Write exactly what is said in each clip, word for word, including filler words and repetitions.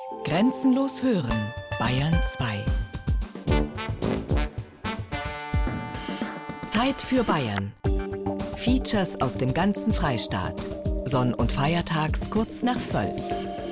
Grenzenlos hören, Bayern zwei. Zeit für Bayern. Features aus dem ganzen Freistaat. Sonn- und Feiertags kurz nach zwölf.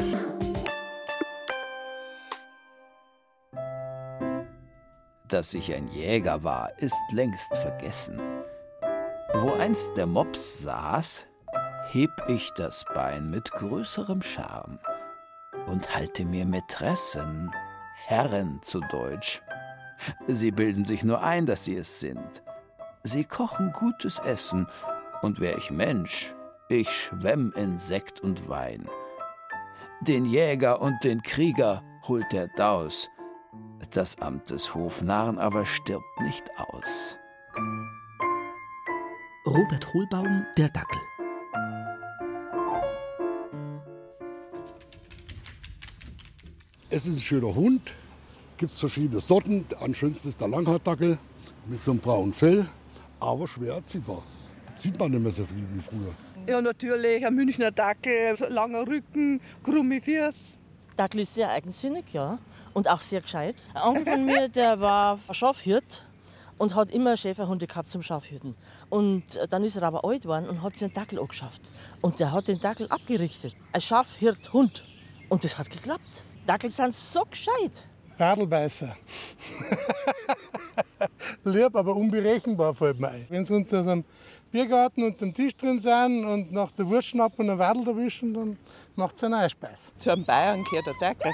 Dass ich ein Jäger war, ist längst vergessen. Wo einst der Mops saß, heb ich das Bein mit größerem Charme und halte mir Mätressen, Herren zu Deutsch. Sie bilden sich nur ein, dass sie es sind. Sie kochen gutes Essen, und wär ich Mensch, ich schwemm in Sekt und Wein. Den Jäger und den Krieger holt der Daus, das Amt des Hofnarren aber stirbt nicht aus. Robert Hohlbaum, der Dackel. Es ist ein schöner Hund, gibt es verschiedene Sorten. Am schönsten ist der Langhaardackel mit so einem braunen Fell, aber schwer erziehbar. Sieht man nicht mehr so viel wie früher. Ja, natürlich, ein Münchner Dackel, langer Rücken, krumme Füße. Dackel ist sehr eigensinnig, ja, und auch sehr gescheit. Ein Onkel von mir, der war Schafhirt und hat immer Schäferhunde gehabt zum Schafhirten. Und dann ist er aber alt geworden und hat sich einen Dackel angeschafft. Und der hat den Dackel abgerichtet. Ein Schafhirthund. Und das hat geklappt. Dackel sind so gescheit. Radlbeißer. Lieb, aber unberechenbar, fällt mir ein. Wenn sie uns aus einem Biergarten unter dem Tisch drin sind und nach der Wurst schnappen und einen Wadel erwischen, dann macht es einen Eispeis. Zu einem Bayern gehört der Dackel.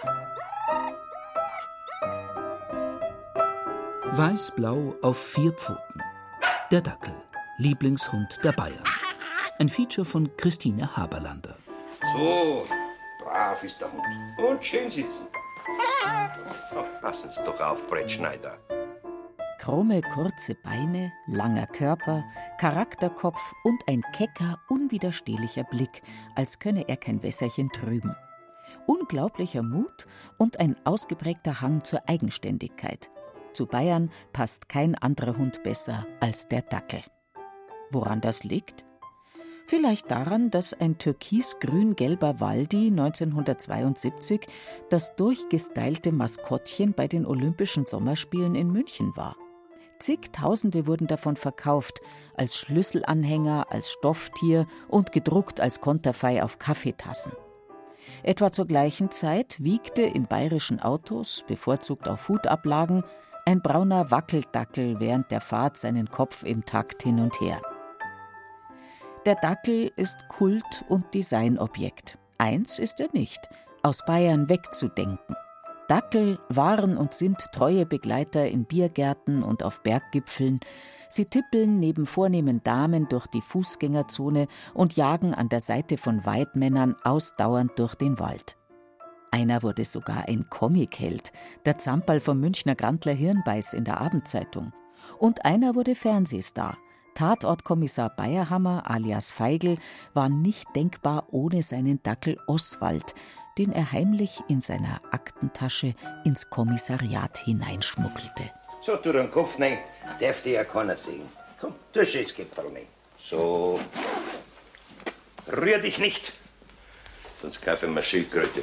Weiß-blau auf vier Pfoten. Der Dackel, Lieblingshund der Bayern. Ein Feature von Christine Haberlander. So, brav ist der Hund. Und schön sitzen. Oh, passen Sie doch auf, Brettschneider. Krumme, kurze Beine, langer Körper, Charakterkopf und ein kecker, unwiderstehlicher Blick, als könne er kein Wässerchen trüben. Unglaublicher Mut und ein ausgeprägter Hang zur Eigenständigkeit. Zu Bayern passt kein anderer Hund besser als der Dackel. Woran das liegt? Vielleicht daran, dass ein türkis-grün-gelber Waldi neunzehnhundertzweiundsiebzig das durchgestylte Maskottchen bei den Olympischen Sommerspielen in München war. Zigtausende wurden davon verkauft, als Schlüsselanhänger, als Stofftier und gedruckt als Konterfei auf Kaffeetassen. Etwa zur gleichen Zeit wiegte in bayerischen Autos, bevorzugt auf Hutablagen, ein brauner Wackeldackel während der Fahrt seinen Kopf im Takt hin und her. Der Dackel ist Kult- und Designobjekt. Eins ist er nicht: aus Bayern wegzudenken. Dackel waren und sind treue Begleiter in Biergärten und auf Berggipfeln. Sie tippeln neben vornehmen Damen durch die Fußgängerzone und jagen an der Seite von Weidmännern ausdauernd durch den Wald. Einer wurde sogar ein Comicheld, der Zamperl vom Münchner Grandler Hirnbeiß in der Abendzeitung. Und einer wurde Fernsehstar. Tatortkommissar Bayerhammer alias Feigl war nicht denkbar ohne seinen Dackel Oswald, den er heimlich in seiner Aktentasche ins Kommissariat hineinschmuggelte. So, tu den Kopf rein, darf dir ja keiner sehen. Komm, tu schon das Gipfel rein. So. Rühr dich nicht, sonst kaufe ich mir Schildkröte.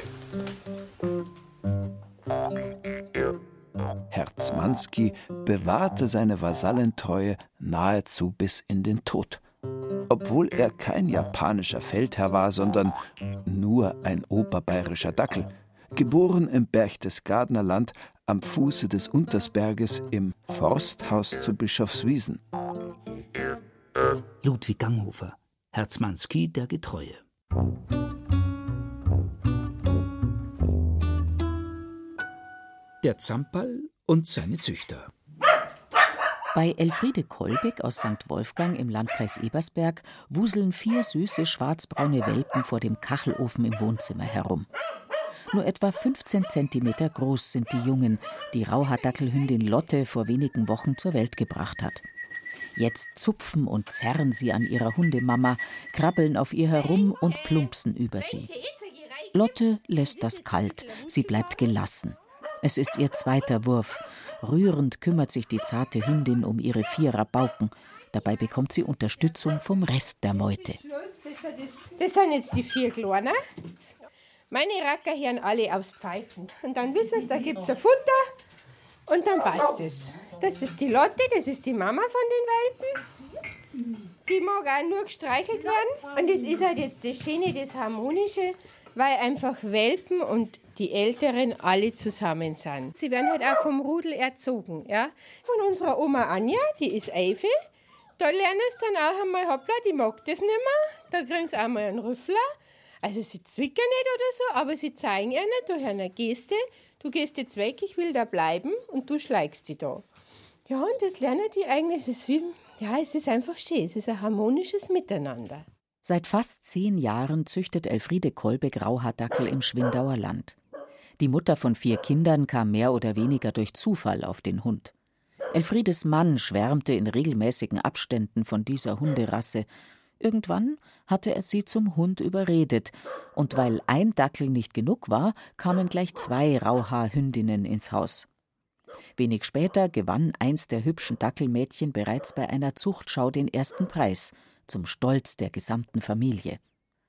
Herzmanski bewahrte seine Vasallentreue nahezu bis in den Tod. Obwohl er kein japanischer Feldherr war, sondern nur ein oberbayerischer Dackel, geboren im Berchtesgadener Land am Fuße des Untersberges im Forsthaus zu Bischofswiesen. Ludwig Ganghofer, Herzmanski, der Getreue. Der Zamperl und seine Züchter. Bei Elfriede Kolbeck aus Sankt Wolfgang im Landkreis Ebersberg wuseln vier süße schwarzbraune Welpen vor dem Kachelofen im Wohnzimmer herum. Nur etwa fünfzehn Zentimeter groß sind die Jungen, die Rauhaardackelhündin Lotte vor wenigen Wochen zur Welt gebracht hat. Jetzt zupfen und zerren sie an ihrer Hundemama, krabbeln auf ihr herum und plumpsen über sie. Lotte lässt das kalt, sie bleibt gelassen. Es ist ihr zweiter Wurf. Rührend kümmert sich die zarte Hündin um ihre vier Rabauken. Dabei bekommt sie Unterstützung vom Rest der Meute. Das sind jetzt die vier Kleinen. Meine Racker hören alle aufs Pfeifen. Und dann wissen sie, da gibt es ein Futter und dann passt es. Das ist die Lotte, das ist die Mama von den Welpen. Die mag auch nur gestreichelt werden. Und das ist halt jetzt das Schöne, das Harmonische, weil einfach Welpen und die Älteren alle zusammen sind. Sie werden halt auch vom Rudel erzogen. Ja? Von unserer Oma Anja, die ist Eife. Da lernen sie dann auch einmal, hoppla, die mag das nicht mehr. Da kriegen sie auch mal einen Rüffler. Also sie zwicken nicht oder so, aber sie zeigen ihnen durch eine Geste, du gehst jetzt weg, ich will da bleiben und du schleigst die da. Ja, und das lernen die eigentlich. Es ist wie, ja, es ist einfach schön, es ist ein harmonisches Miteinander. Seit fast zehn Jahren züchtet Elfriede Kolbe Grauhaardackel im Schwindauer Land. Die Mutter von vier Kindern kam mehr oder weniger durch Zufall auf den Hund. Elfriedes Mann schwärmte in regelmäßigen Abständen von dieser Hunderasse. Irgendwann hatte er sie zum Hund überredet, und weil ein Dackel nicht genug war, kamen gleich zwei Rauhaarhündinnen ins Haus. Wenig später gewann eins der hübschen Dackelmädchen bereits bei einer Zuchtschau den ersten Preis, zum Stolz der gesamten Familie.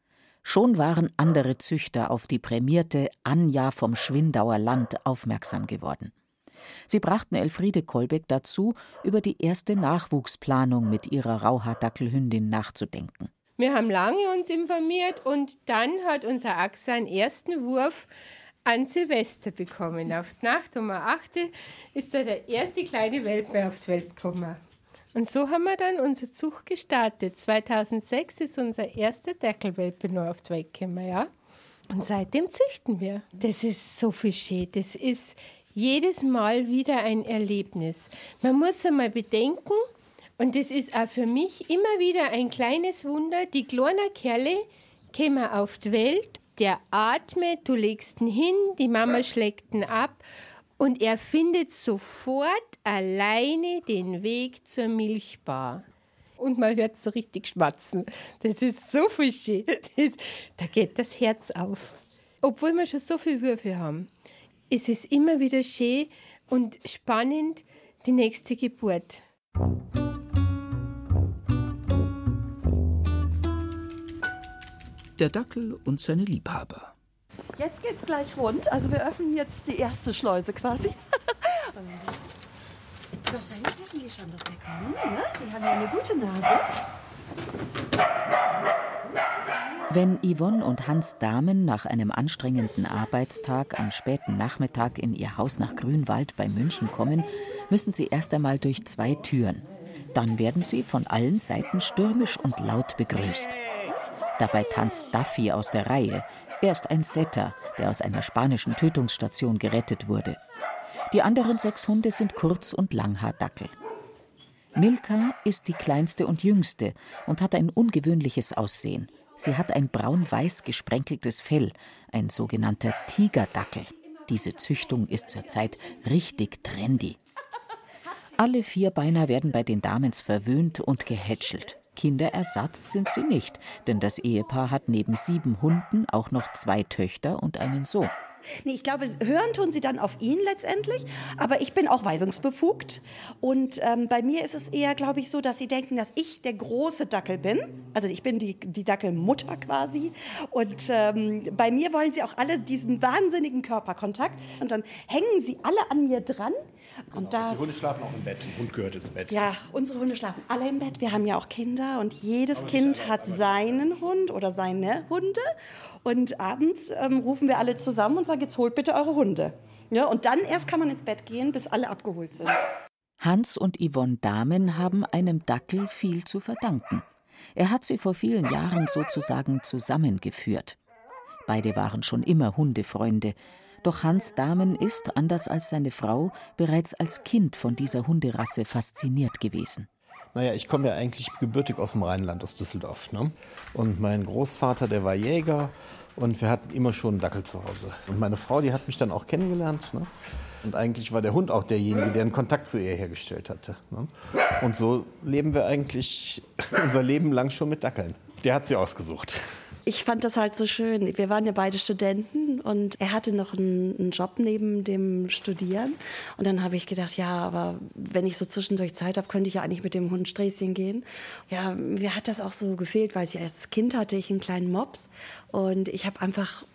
Schon waren andere Züchter auf die prämierte Anja vom Schwindauer Land aufmerksam geworden. Sie brachten Elfriede Kolbeck dazu, über die erste Nachwuchsplanung mit ihrer Rauhaardackelhündin nachzudenken. Wir haben lange uns informiert und dann hat unser Axel seinen ersten Wurf an Silvester bekommen. Auf die Nacht um acht ist da der erste kleine Welpe auf die Welt gekommen. Und so haben wir dann unsere Zucht gestartet. zweitausendsechs ist unser erster Dackelwelpe noch auf die Welt gekommen, ja. Und seitdem züchten wir. Das ist so viel schön. Das ist jedes Mal wieder ein Erlebnis. Man muss einmal bedenken, und das ist auch für mich immer wieder ein kleines Wunder, die kleinen Kerle kommen auf die Welt, der atmet, du legst ihn hin, die Mama schlägt ihn ab und er findet sofort alleine den Weg zur Milchbar. Und man hört so richtig schmatzen. Das ist so viel schön. Das, da geht das Herz auf. Obwohl wir schon so viele Würfe haben, ist es immer wieder schön und spannend, die nächste Geburt. Der Dackel und seine Liebhaber. Jetzt geht's gleich rund. Also wir öffnen jetzt die erste Schleuse quasi. Wahrscheinlich wissen die schon, dass wir kommen, ne? Die haben ja eine gute Nase. Wenn Yvonne und Hans Dahmen nach einem anstrengenden Arbeitstag am späten Nachmittag in ihr Haus nach Grünwald bei München kommen, müssen sie erst einmal durch zwei Türen. Dann werden sie von allen Seiten stürmisch und laut begrüßt. Dabei tanzt Duffy aus der Reihe. Er ist ein Setter, der aus einer spanischen Tötungsstation gerettet wurde. Die anderen sechs Hunde sind Kurz- und Langhaardackel. Milka ist die kleinste und jüngste und hat ein ungewöhnliches Aussehen. Sie hat ein braun-weiß gesprenkeltes Fell, ein sogenannter Tigerdackel. Diese Züchtung ist zurzeit richtig trendy. Alle Vierbeiner werden bei den Damens verwöhnt und gehätschelt. Kinderersatz sind sie nicht, denn das Ehepaar hat neben sieben Hunden auch noch zwei Töchter und einen Sohn. Nee, ich glaube, hören tun sie dann auf ihn letztendlich, aber ich bin auch weisungsbefugt und ähm, bei mir ist es eher, glaube ich, so, dass sie denken, dass ich der große Dackel bin, also ich bin die, die Dackelmutter quasi und ähm, bei mir wollen sie auch alle diesen wahnsinnigen Körperkontakt und dann hängen sie alle an mir dran. Und genau, das, die Hunde schlafen auch im Bett, ein Hund gehört ins Bett. Ja, unsere Hunde schlafen alle im Bett, wir haben ja auch Kinder und jedes Kind hat seinen Hund oder seine Hunde und abends ähm, rufen wir alle zusammen und sagen, jetzt holt bitte eure Hunde. Ja, und dann erst kann man ins Bett gehen, bis alle abgeholt sind. Hans und Yvonne Dahmen haben einem Dackel viel zu verdanken. Er hat sie vor vielen Jahren sozusagen zusammengeführt. Beide waren schon immer Hundefreunde. Doch Hans Dahmen ist, anders als seine Frau, bereits als Kind von dieser Hunderasse fasziniert gewesen. Naja, ich komme ja eigentlich gebürtig aus dem Rheinland, aus Düsseldorf. Ne? Und mein Großvater, der war Jäger und wir hatten immer schon einen Dackel zu Hause. Und meine Frau, die hat mich dann auch kennengelernt. Ne? Und eigentlich war der Hund auch derjenige, der einen Kontakt zu ihr hergestellt hatte. Ne? Und so leben wir eigentlich unser Leben lang schon mit Dackeln. Der hat sie ausgesucht. Ich fand das halt so schön. Wir waren ja beide Studenten und er hatte noch einen, einen Job neben dem Studieren. Und dann habe ich gedacht, ja, aber wenn ich so zwischendurch Zeit habe, könnte ich ja eigentlich mit dem Hund Sträßchen gehen. Ja, mir hat das auch so gefehlt, weil ich als Kind hatte ich einen kleinen Mops. Und ich habe einfach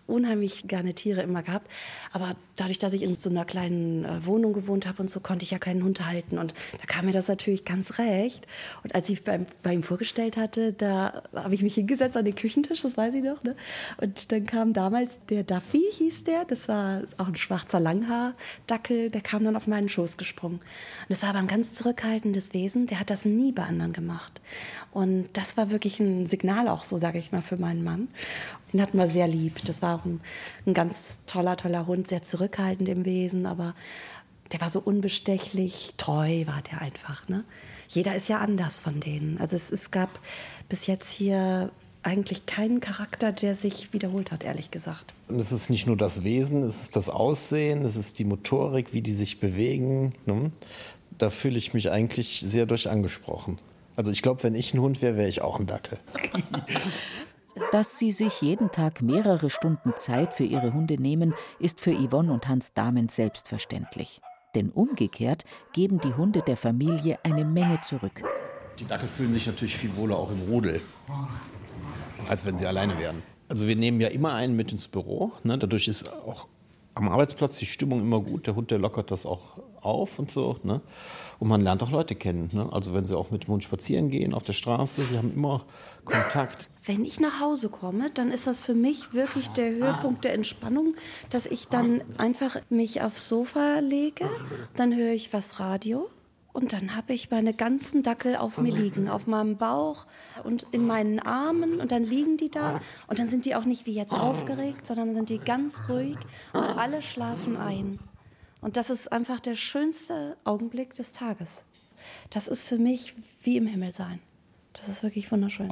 unheimlich gerne Tiere immer gehabt. Aber dadurch, dass ich in so einer kleinen äh, Wohnung gewohnt habe und so, konnte ich ja keinen Hund halten. Und da kam mir das natürlich ganz recht. Und als ich beim, bei ihm vorgestellt hatte, da habe ich mich hingesetzt an den Küchentisch, das weiß ich noch. Ne? Und dann kam damals der Duffy, hieß der. Das war auch ein schwarzer Langhaar-Dackel. Der kam dann auf meinen Schoß gesprungen. Und das war aber ein ganz zurückhaltendes Wesen. Der hat das nie bei anderen gemacht. Und das war wirklich ein Signal auch, so sage ich mal, für meinen Mann. Den hatten wir sehr lieb. Das war auch ein, ein ganz toller, toller Hund, sehr zurückhaltend im Wesen, aber der war so unbestechlich, treu war der einfach. Ne? Jeder ist ja anders von denen. Also es, es gab bis jetzt hier eigentlich keinen Charakter, der sich wiederholt hat, ehrlich gesagt. Und es ist nicht nur das Wesen, es ist das Aussehen, es ist die Motorik, wie die sich bewegen. Ne? Da fühle ich mich eigentlich sehr durch angesprochen. Also ich glaube, wenn ich ein Hund wäre, wäre ich auch ein Dackel. Dass sie sich jeden Tag mehrere Stunden Zeit für ihre Hunde nehmen, ist für Yvonne und Hans Dahmen selbstverständlich. Denn umgekehrt geben die Hunde der Familie eine Menge zurück. Die Dackel fühlen sich natürlich viel wohler auch im Rudel, als wenn sie alleine wären. Also wir nehmen ja immer einen mit ins Büro. Ne? Dadurch ist auch am Arbeitsplatz die Stimmung immer gut. Der Hund, der lockert das auch auf und so. Ne? Und man lernt auch Leute kennen. Ne? Also wenn sie auch mit dem Hund spazieren gehen auf der Straße, sie haben immer Kontakt. Wenn ich nach Hause komme, dann ist das für mich wirklich der Höhepunkt der Entspannung, dass ich dann einfach mich aufs Sofa lege, dann höre ich was Radio. Und dann habe ich meine ganzen Dackel auf mir liegen, auf meinem Bauch und in meinen Armen. Und dann liegen die da. Und dann sind die auch nicht wie jetzt aufgeregt, sondern sind die ganz ruhig. Und alle schlafen ein. Und das ist einfach der schönste Augenblick des Tages. Das ist für mich wie im Himmel sein. Das ist wirklich wunderschön.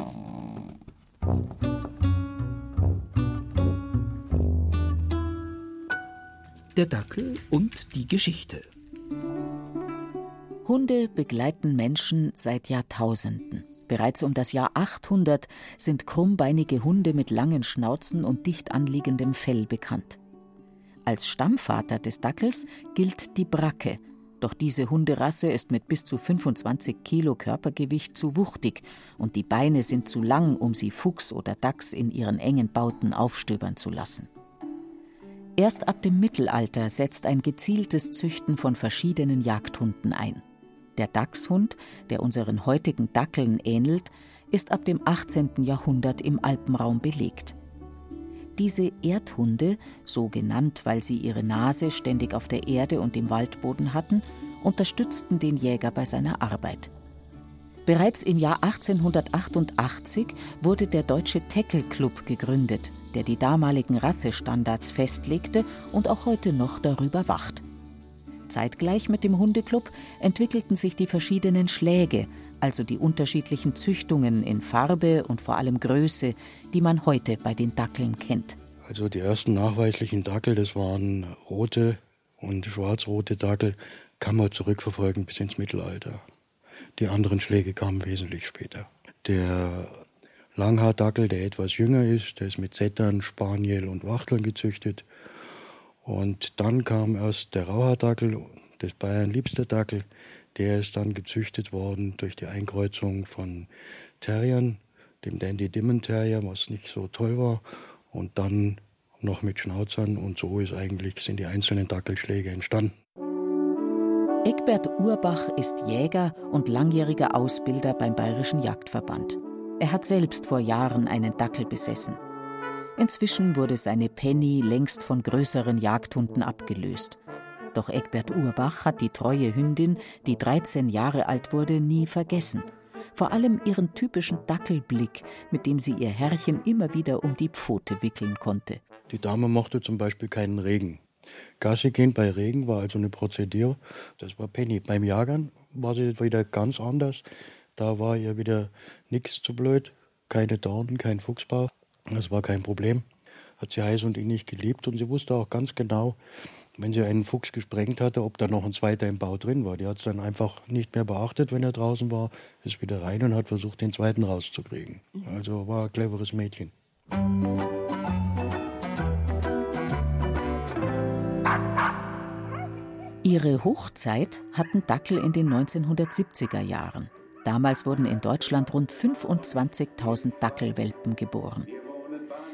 Der Dackel und die Geschichte. Hunde begleiten Menschen seit Jahrtausenden. Bereits um das Jahr achthundert sind krummbeinige Hunde mit langen Schnauzen und dicht anliegendem Fell bekannt. Als Stammvater des Dackels gilt die Bracke. Doch diese Hunderasse ist mit bis zu fünfundzwanzig Kilo Körpergewicht zu wuchtig und die Beine sind zu lang, um sie Fuchs oder Dachs in ihren engen Bauten aufstöbern zu lassen. Erst ab dem Mittelalter setzt ein gezieltes Züchten von verschiedenen Jagdhunden ein. Der Dachshund, der unseren heutigen Dackeln ähnelt, ist ab dem achtzehnten Jahrhundert im Alpenraum belegt. Diese Erdhunde, so genannt, weil sie ihre Nase ständig auf der Erde und im Waldboden hatten, unterstützten den Jäger bei seiner Arbeit. Bereits im Jahr achtzehnhundertachtundachtzig wurde der Deutsche Tackle Club gegründet, der die damaligen Rassestandards festlegte und auch heute noch darüber wacht. Zeitgleich mit dem Hundeclub entwickelten sich die verschiedenen Schläge, also die unterschiedlichen Züchtungen in Farbe und vor allem Größe, die man heute bei den Dackeln kennt. Also die ersten nachweislichen Dackel, das waren rote und schwarz-rote Dackel, kann man zurückverfolgen bis ins Mittelalter. Die anderen Schläge kamen wesentlich später. Der Langhaardackel, der etwas jünger ist, der ist mit Settern, Spaniel und Wachteln gezüchtet. Und dann kam erst der Rauhaardackel, des Bayern liebster Dackel. Der ist dann gezüchtet worden durch die Einkreuzung von Terriern, dem Dandy Diamond Terrier, was nicht so toll war. Und dann noch mit Schnauzern. Und so ist eigentlich, sind die einzelnen Dackelschläge entstanden. Egbert Urbach ist Jäger und langjähriger Ausbilder beim Bayerischen Jagdverband. Er hat selbst vor Jahren einen Dackel besessen. Inzwischen wurde seine Penny längst von größeren Jagdhunden abgelöst. Doch Egbert Urbach hat die treue Hündin, die dreizehn Jahre alt wurde, nie vergessen. Vor allem ihren typischen Dackelblick, mit dem sie ihr Herrchen immer wieder um die Pfote wickeln konnte. Die Dame mochte zum Beispiel keinen Regen. Gassi gehen bei Regen war also eine Prozedur. Das war Penny. Beim Jagern war sie wieder ganz anders. Da war ihr wieder nichts zu blöd. Keine Dornen, kein Fuchsbau. Das war kein Problem. Hat sie heiß und innig geliebt und sie wusste auch ganz genau, wenn sie einen Fuchs gesprengt hatte, ob da noch ein zweiter im Bau drin war. Die hat es dann einfach nicht mehr beachtet, wenn er draußen war, ist wieder rein und hat versucht, den zweiten rauszukriegen. Also war ein cleveres Mädchen. Ihre Hochzeit hatten Dackel in den neunzehnhundertsiebziger Jahren. Damals wurden in Deutschland rund fünfundzwanzigtausend Dackelwelpen geboren.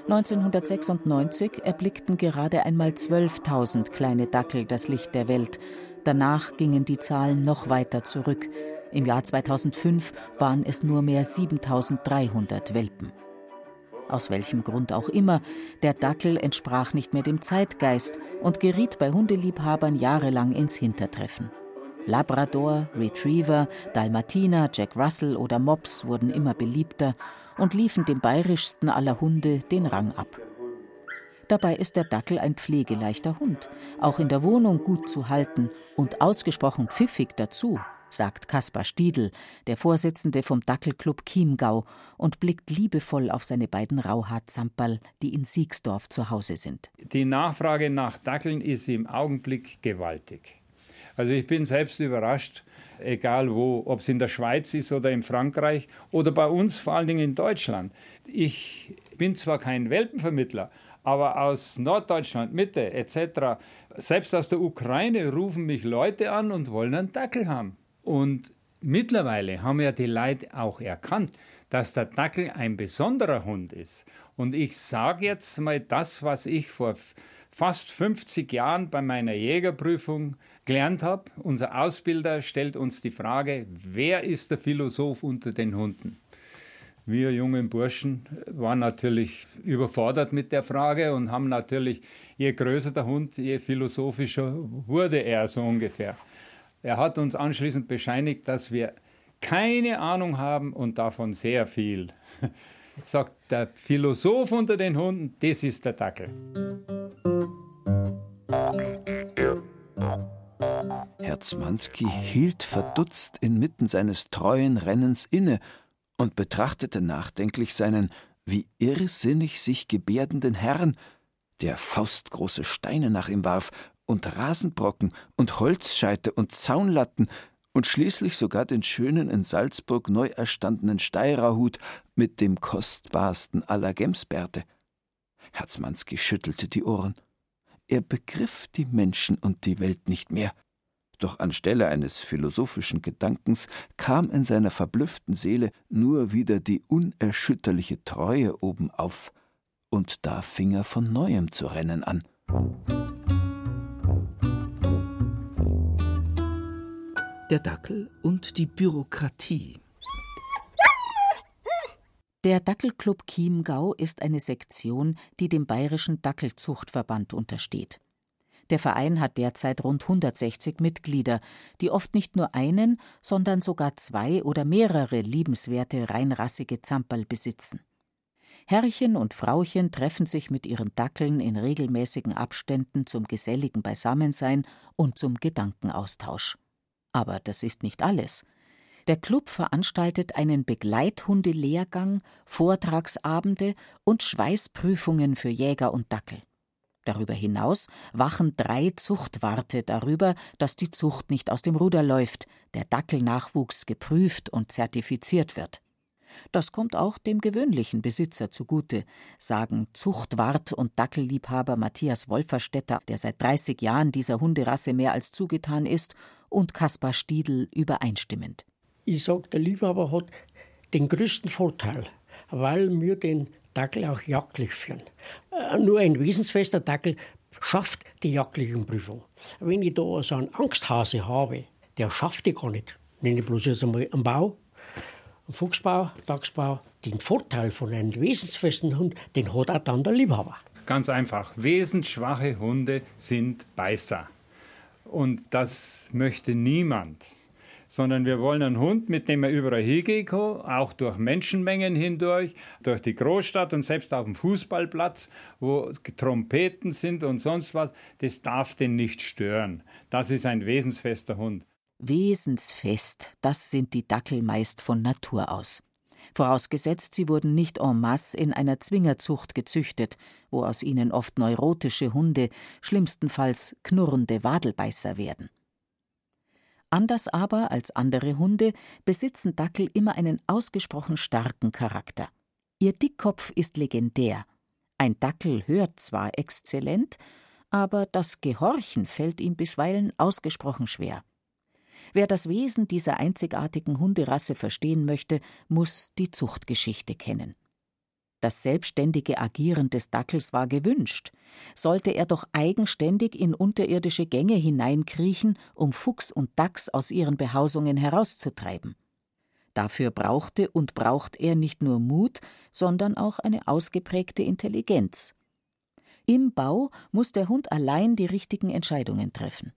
neunzehnhundertsechsundneunzig erblickten gerade einmal zwölftausend kleine Dackel das Licht der Welt. Danach gingen die Zahlen noch weiter zurück. Im Jahr zweitausendfünf waren es nur mehr siebentausenddreihundert Welpen. Aus welchem Grund auch immer, der Dackel entsprach nicht mehr dem Zeitgeist und geriet bei Hundeliebhabern jahrelang ins Hintertreffen. Labrador, Retriever, Dalmatiner, Jack Russell oder Mops wurden immer beliebter und liefen dem bayerischsten aller Hunde den Rang ab. Dabei ist der Dackel ein pflegeleichter Hund, auch in der Wohnung gut zu halten und ausgesprochen pfiffig dazu, sagt Kaspar Stiedl, der Vorsitzende vom Dackelclub Chiemgau, und blickt liebevoll auf seine beiden Rauhaar-Zamperl, die in Siegsdorf zu Hause sind. Die Nachfrage nach Dackeln ist im Augenblick gewaltig. Also ich bin selbst überrascht, egal wo, ob es in der Schweiz ist oder in Frankreich oder bei uns vor allen Dingen in Deutschland. Ich bin zwar kein Welpenvermittler, aber aus Norddeutschland, Mitte et cetera, selbst aus der Ukraine rufen mich Leute an und wollen einen Dackel haben. Und mittlerweile haben ja die Leute auch erkannt, dass der Dackel ein besonderer Hund ist. Und ich sage jetzt mal das, was ich vor fast fünfzig Jahren bei meiner Jägerprüfung gelernt habe. Unser Ausbilder stellt uns die Frage, wer ist der Philosoph unter den Hunden? Wir jungen Burschen waren natürlich überfordert mit der Frage und haben natürlich, je größer der Hund, je philosophischer wurde er so ungefähr. Er hat uns anschließend bescheinigt, dass wir keine Ahnung haben und davon sehr viel. Sagt, der Philosoph unter den Hunden, das ist der Dackel. Herzmanski hielt verdutzt inmitten seines treuen Rennens inne und betrachtete nachdenklich seinen wie irrsinnig sich gebärdenden Herrn, der faustgroße Steine nach ihm warf und Rasenbrocken und Holzscheite und Zaunlatten und schließlich sogar den schönen in Salzburg neu erstandenen Steirerhut mit dem kostbarsten aller Gemsbärte. Herzmanski schüttelte die Ohren. Er begriff die Menschen und die Welt nicht mehr. Doch anstelle eines philosophischen Gedankens kam in seiner verblüfften Seele nur wieder die unerschütterliche Treue obenauf, und da fing er von Neuem zu rennen an. Der Dackel und die Bürokratie. Der Dackelclub Chiemgau ist eine Sektion, die dem Bayerischen Dackelzuchtverband untersteht. Der Verein hat derzeit rund hundertsechzig Mitglieder, die oft nicht nur einen, sondern sogar zwei oder mehrere liebenswerte, reinrassige Zamperl besitzen. Herrchen und Frauchen treffen sich mit ihren Dackeln in regelmäßigen Abständen zum geselligen Beisammensein und zum Gedankenaustausch. Aber das ist nicht alles. Der Club veranstaltet einen Begleithundelehrgang, Vortragsabende und Schweißprüfungen für Jäger und Dackel. Darüber hinaus wachen drei Zuchtwarte darüber, dass die Zucht nicht aus dem Ruder läuft, der Dackelnachwuchs geprüft und zertifiziert wird. Das kommt auch dem gewöhnlichen Besitzer zugute, sagen Zuchtwart und Dackelliebhaber Matthias Wolferstetter, der seit dreißig Jahren dieser Hunderasse mehr als zugetan ist, und Kaspar Stiedl übereinstimmend. Ich sage, der Liebhaber hat den größten Vorteil, weil wir den Dackel auch jagdlich führen. Äh, nur ein wesensfester Dackel schafft die jagdliche Prüfung. Wenn ich da so einen Angsthase habe, der schafft die gar nicht. Nenne ich bloß jetzt einmal einen Bau, einen Fuchsbau, Dachsbau. Den Vorteil von einem wesensfesten Hund, den hat auch dann der Liebhaber. Ganz einfach, wesensschwache Hunde sind Beißer. Und das möchte niemand. Sondern wir wollen einen Hund, mit dem er überall hingehen kann, auch durch Menschenmengen hindurch, durch die Großstadt und selbst auf dem Fußballplatz, wo Trompeten sind und sonst was. Das darf den nicht stören. Das ist ein wesensfester Hund. Wesensfest, das sind die Dackel meist von Natur aus. Vorausgesetzt, sie wurden nicht en masse in einer Zwingerzucht gezüchtet, wo aus ihnen oft neurotische Hunde, schlimmstenfalls knurrende Wadelbeißer werden. Anders aber als andere Hunde besitzen Dackel immer einen ausgesprochen starken Charakter. Ihr Dickkopf ist legendär. Ein Dackel hört zwar exzellent, aber das Gehorchen fällt ihm bisweilen ausgesprochen schwer. Wer das Wesen dieser einzigartigen Hunderasse verstehen möchte, muss die Zuchtgeschichte kennen. Das selbstständige Agieren des Dackels war gewünscht. Sollte er doch eigenständig in unterirdische Gänge hineinkriechen, um Fuchs und Dachs aus ihren Behausungen herauszutreiben. Dafür brauchte und braucht er nicht nur Mut, sondern auch eine ausgeprägte Intelligenz. Im Bau muss der Hund allein die richtigen Entscheidungen treffen.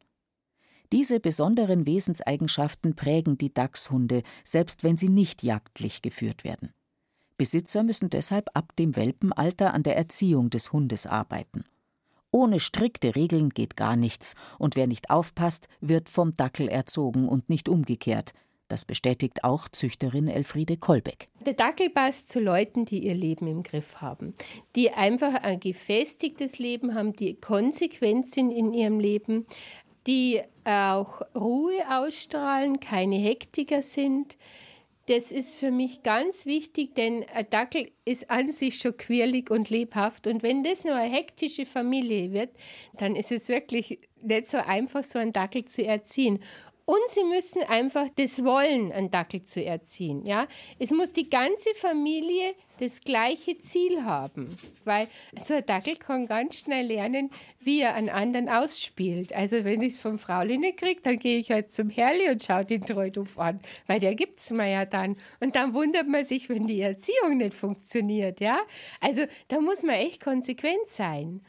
Diese besonderen Wesenseigenschaften prägen die Dachshunde, selbst wenn sie nicht jagdlich geführt werden. Besitzer müssen deshalb ab dem Welpenalter an der Erziehung des Hundes arbeiten. Ohne strikte Regeln geht gar nichts, und wer nicht aufpasst, wird vom Dackel erzogen und nicht umgekehrt. Das bestätigt auch Züchterin Elfriede Kolbeck. Der Dackel passt zu Leuten, die ihr Leben im Griff haben, die einfach ein gefestigtes Leben haben, die konsequent sind in ihrem Leben, die auch Ruhe ausstrahlen, keine Hektiker sind. Das ist für mich ganz wichtig, denn ein Dackel ist an sich schon quirlig und lebhaft. Und wenn das nur eine hektische Familie wird, dann ist es wirklich nicht so einfach, so einen Dackel zu erziehen. Und sie müssen einfach das Wollen, einen Dackel zu erziehen. Ja? Es muss die ganze Familie das gleiche Ziel haben. Weil so ein Dackel kann ganz schnell lernen, wie er einen anderen ausspielt. Also wenn ich es vom Frauli nicht kriege, dann gehe ich halt zum Herrli und schaue den Treuduf an. Weil der gibt es mir ja dann. Und dann wundert man sich, wenn die Erziehung nicht funktioniert. Ja? Also da muss man echt konsequent sein.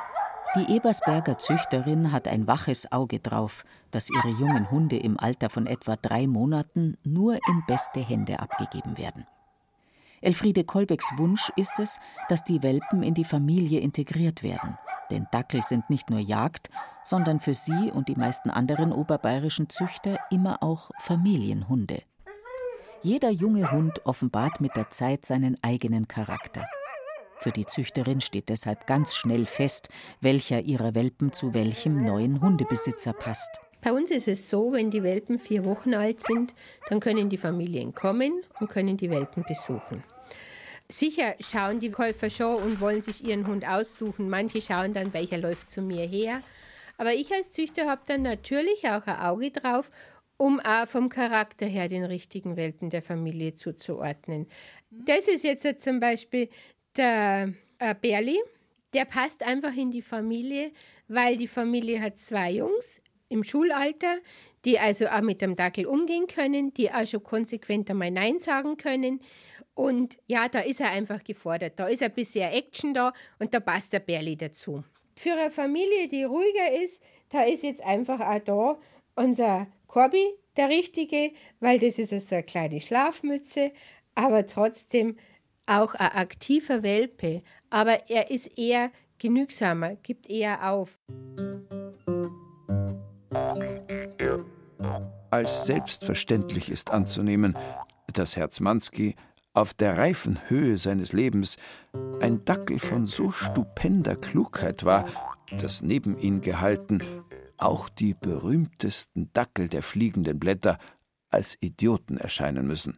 Die Ebersberger Züchterin hat ein waches Auge drauf, dass ihre jungen Hunde im Alter von etwa drei Monaten nur in beste Hände abgegeben werden. Elfriede Kolbecks Wunsch ist es, dass die Welpen in die Familie integriert werden. Denn Dackel sind nicht nur Jagd, sondern für sie und die meisten anderen oberbayerischen Züchter immer auch Familienhunde. Jeder junge Hund offenbart mit der Zeit seinen eigenen Charakter. Für die Züchterin steht deshalb ganz schnell fest, welcher ihrer Welpen zu welchem neuen Hundebesitzer passt. Bei uns ist es so, wenn die Welpen vier Wochen alt sind, dann können die Familien kommen und können die Welpen besuchen. Sicher schauen die Käufer schon und wollen sich ihren Hund aussuchen. Manche schauen dann, welcher läuft zu mir her. Aber ich als Züchter habe dann natürlich auch ein Auge drauf, um auch vom Charakter her den richtigen Welpen der Familie zuzuordnen. Das ist jetzt zum Beispiel der äh, Berli. Der passt einfach in die Familie, weil die Familie hat zwei Jungs im Schulalter, die also auch mit dem Dackel umgehen können, die auch schon konsequent einmal Nein sagen können. Und ja, da ist er einfach gefordert. Da ist ein bisschen Action da und da passt der Berli dazu. Für eine Familie, die ruhiger ist, da ist jetzt einfach auch da unser Corby der Richtige, weil das ist so eine kleine Schlafmütze, aber trotzdem auch ein aktiver Welpe. Aber er ist eher genügsamer, gibt eher auf. Als selbstverständlich ist anzunehmen, dass Herzmanski auf der reifen Höhe seines Lebens ein Dackel von so stupender Klugheit war, dass neben ihn gehalten auch die berühmtesten Dackel der fliegenden Blätter als Idioten erscheinen müssen.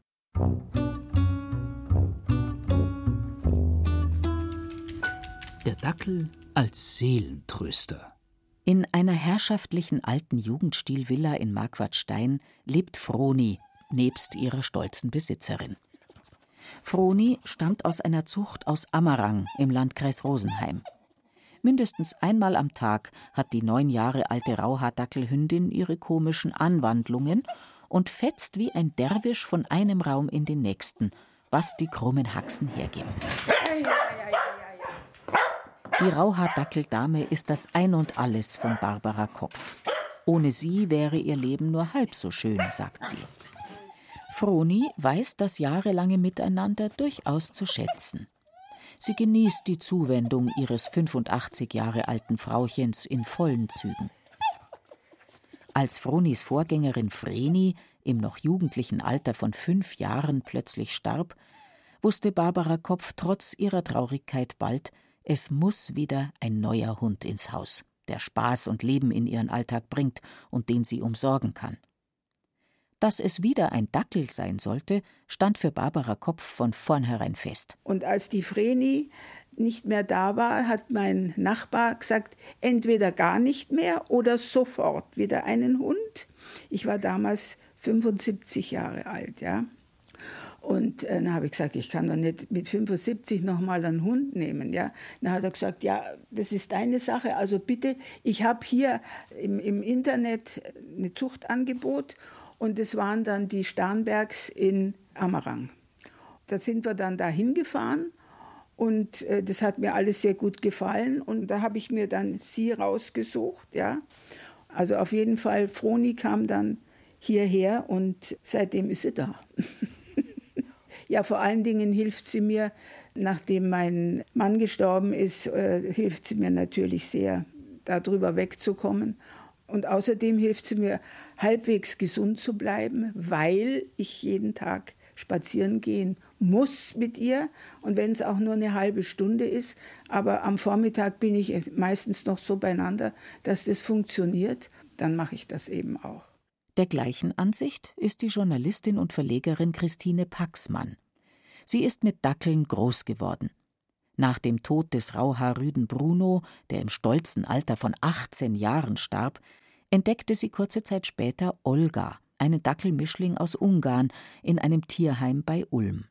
Der Dackel als Seelentröster. In einer herrschaftlichen alten Jugendstilvilla in Marquardstein lebt Froni, nebst ihrer stolzen Besitzerin. Froni stammt aus einer Zucht aus Ammerang im Landkreis Rosenheim. Mindestens einmal am Tag hat die neun Jahre alte Rauhaardackelhündin ihre komischen Anwandlungen und fetzt wie ein Derwisch von einem Raum in den nächsten, was die krummen Haxen hergeben. Die Rauhaardackeldame ist das Ein und Alles von Barbara Kopf. Ohne sie wäre ihr Leben nur halb so schön, sagt sie. Froni weiß das jahrelange Miteinander durchaus zu schätzen. Sie genießt die Zuwendung ihres fünfundachtzig Jahre alten Frauchens in vollen Zügen. Als Fronis Vorgängerin Vreni im noch jugendlichen Alter von fünf Jahren plötzlich starb, wusste Barbara Kopf trotz ihrer Traurigkeit bald, es muss wieder ein neuer Hund ins Haus, der Spaß und Leben in ihren Alltag bringt und den sie umsorgen kann. Dass es wieder ein Dackel sein sollte, stand für Barbara Kopf von vornherein fest. Und als die Vreni nicht mehr da war, hat mein Nachbar gesagt, entweder gar nicht mehr oder sofort wieder einen Hund. Ich war damals fünfundsiebzig Jahre alt, ja. Und äh, dann habe ich gesagt, ich kann doch nicht mit fünfundsiebzig noch mal einen Hund nehmen. Ja? Dann hat er gesagt, ja, das ist deine Sache, also bitte, ich habe hier im, im Internet ein Zuchtangebot und das waren dann die Starnbergs in Amerang. Da sind wir dann da hingefahren und äh, das hat mir alles sehr gut gefallen und da habe ich mir dann sie rausgesucht. Ja? Also auf jeden Fall, Froni kam dann hierher und seitdem ist sie da. Ja, vor allen Dingen hilft sie mir, nachdem mein Mann gestorben ist, äh, hilft sie mir natürlich sehr, darüber wegzukommen. Und außerdem hilft sie mir, halbwegs gesund zu bleiben, weil ich jeden Tag spazieren gehen muss mit ihr. Und wenn es auch nur eine halbe Stunde ist, aber am Vormittag bin ich meistens noch so beieinander, dass das funktioniert, dann mache ich das eben auch. Der gleichen Ansicht ist die Journalistin und Verlegerin Christine Paxmann. Sie ist mit Dackeln groß geworden. Nach dem Tod des Rauhaarrüden Bruno, der im stolzen Alter von achtzehn Jahren starb, entdeckte sie kurze Zeit später Olga, einen Dackelmischling aus Ungarn, in einem Tierheim bei Ulm.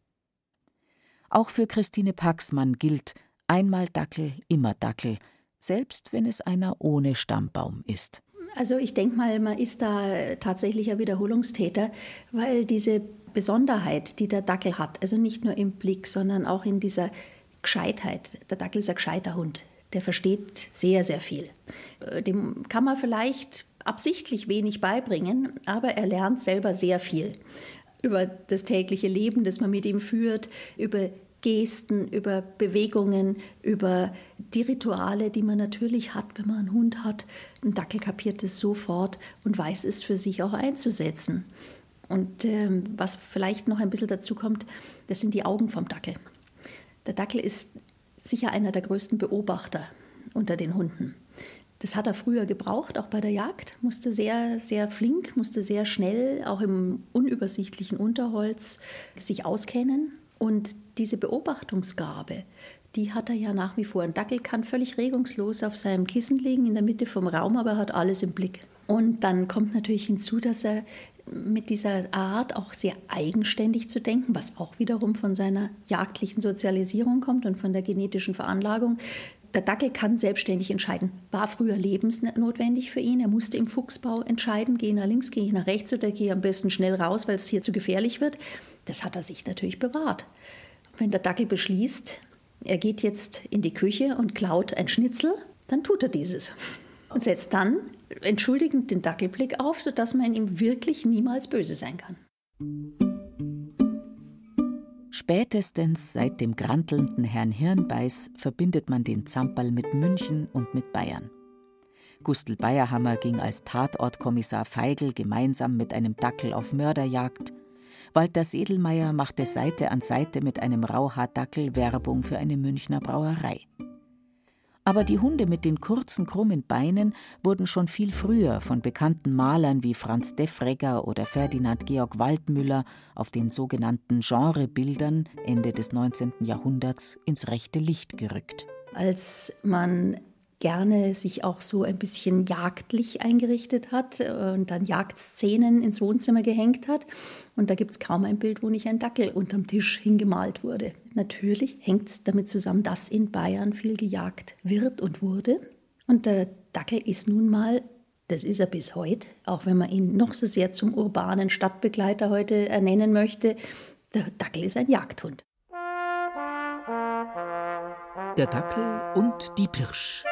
Auch für Christine Paxmann gilt: einmal Dackel, immer Dackel, selbst wenn es einer ohne Stammbaum ist. Also ich denke mal, man ist da tatsächlich ein Wiederholungstäter, weil diese Besonderheit, die der Dackel hat, also nicht nur im Blick, sondern auch in dieser Gescheitheit. Der Dackel ist ein gescheiter Hund, der versteht sehr, sehr viel. Dem kann man vielleicht absichtlich wenig beibringen, aber er lernt selber sehr viel über das tägliche Leben, das man mit ihm führt, über Gesten, über Bewegungen, über die Rituale, die man natürlich hat, wenn man einen Hund hat. Ein Dackel kapiert es sofort und weiß es für sich auch einzusetzen. Und ähm, was vielleicht noch ein bisschen dazu kommt, das sind die Augen vom Dackel. Der Dackel ist sicher einer der größten Beobachter unter den Hunden. Das hat er früher gebraucht, auch bei der Jagd. Musste sehr, sehr flink, musste sehr schnell, auch im unübersichtlichen Unterholz, sich auskennen. Und diese Beobachtungsgabe, die hat er ja nach wie vor. Ein Dackel kann völlig regungslos auf seinem Kissen liegen, in der Mitte vom Raum, aber er hat alles im Blick. Und dann kommt natürlich hinzu, dass er mit dieser Art auch sehr eigenständig zu denken, was auch wiederum von seiner jagdlichen Sozialisierung kommt und von der genetischen Veranlagung. Der Dackel kann selbstständig entscheiden. War früher lebensnotwendig für ihn. Er musste im Fuchsbau entscheiden, gehe ich nach links, gehe ich nach rechts oder gehe ich am besten schnell raus, weil es hier zu gefährlich wird. Das hat er sich natürlich bewahrt. Wenn der Dackel beschließt, er geht jetzt in die Küche und klaut ein Schnitzel, dann tut er dieses. Und setzt dann entschuldigend den Dackelblick auf, sodass man ihm wirklich niemals böse sein kann. Spätestens seit dem grantelnden Herrn Hirnbeiß verbindet man den Zamperl mit München und mit Bayern. Gustl Bayerhammer ging als Tatortkommissar Feigl gemeinsam mit einem Dackel auf Mörderjagd. Walter Sedelmeier machte Seite an Seite mit einem Rauhaardackel Werbung für eine Münchner Brauerei. Aber die Hunde mit den kurzen, krummen Beinen wurden schon viel früher von bekannten Malern wie Franz Defregger oder Ferdinand Georg Waldmüller auf den sogenannten Genrebildern Ende des neunzehnten Jahrhunderts ins rechte Licht gerückt. Als man gerne sich auch so ein bisschen jagdlich eingerichtet hat und dann Jagdszenen ins Wohnzimmer gehängt hat. Und da gibt es kaum ein Bild, wo nicht ein Dackel unterm Tisch hingemalt wurde. Natürlich hängt es damit zusammen, dass in Bayern viel gejagt wird und wurde. Und der Dackel ist nun mal, das ist er bis heute, auch wenn man ihn noch so sehr zum urbanen Stadtbegleiter heute ernennen möchte, der Dackel ist ein Jagdhund. Der Dackel und die Pirsch.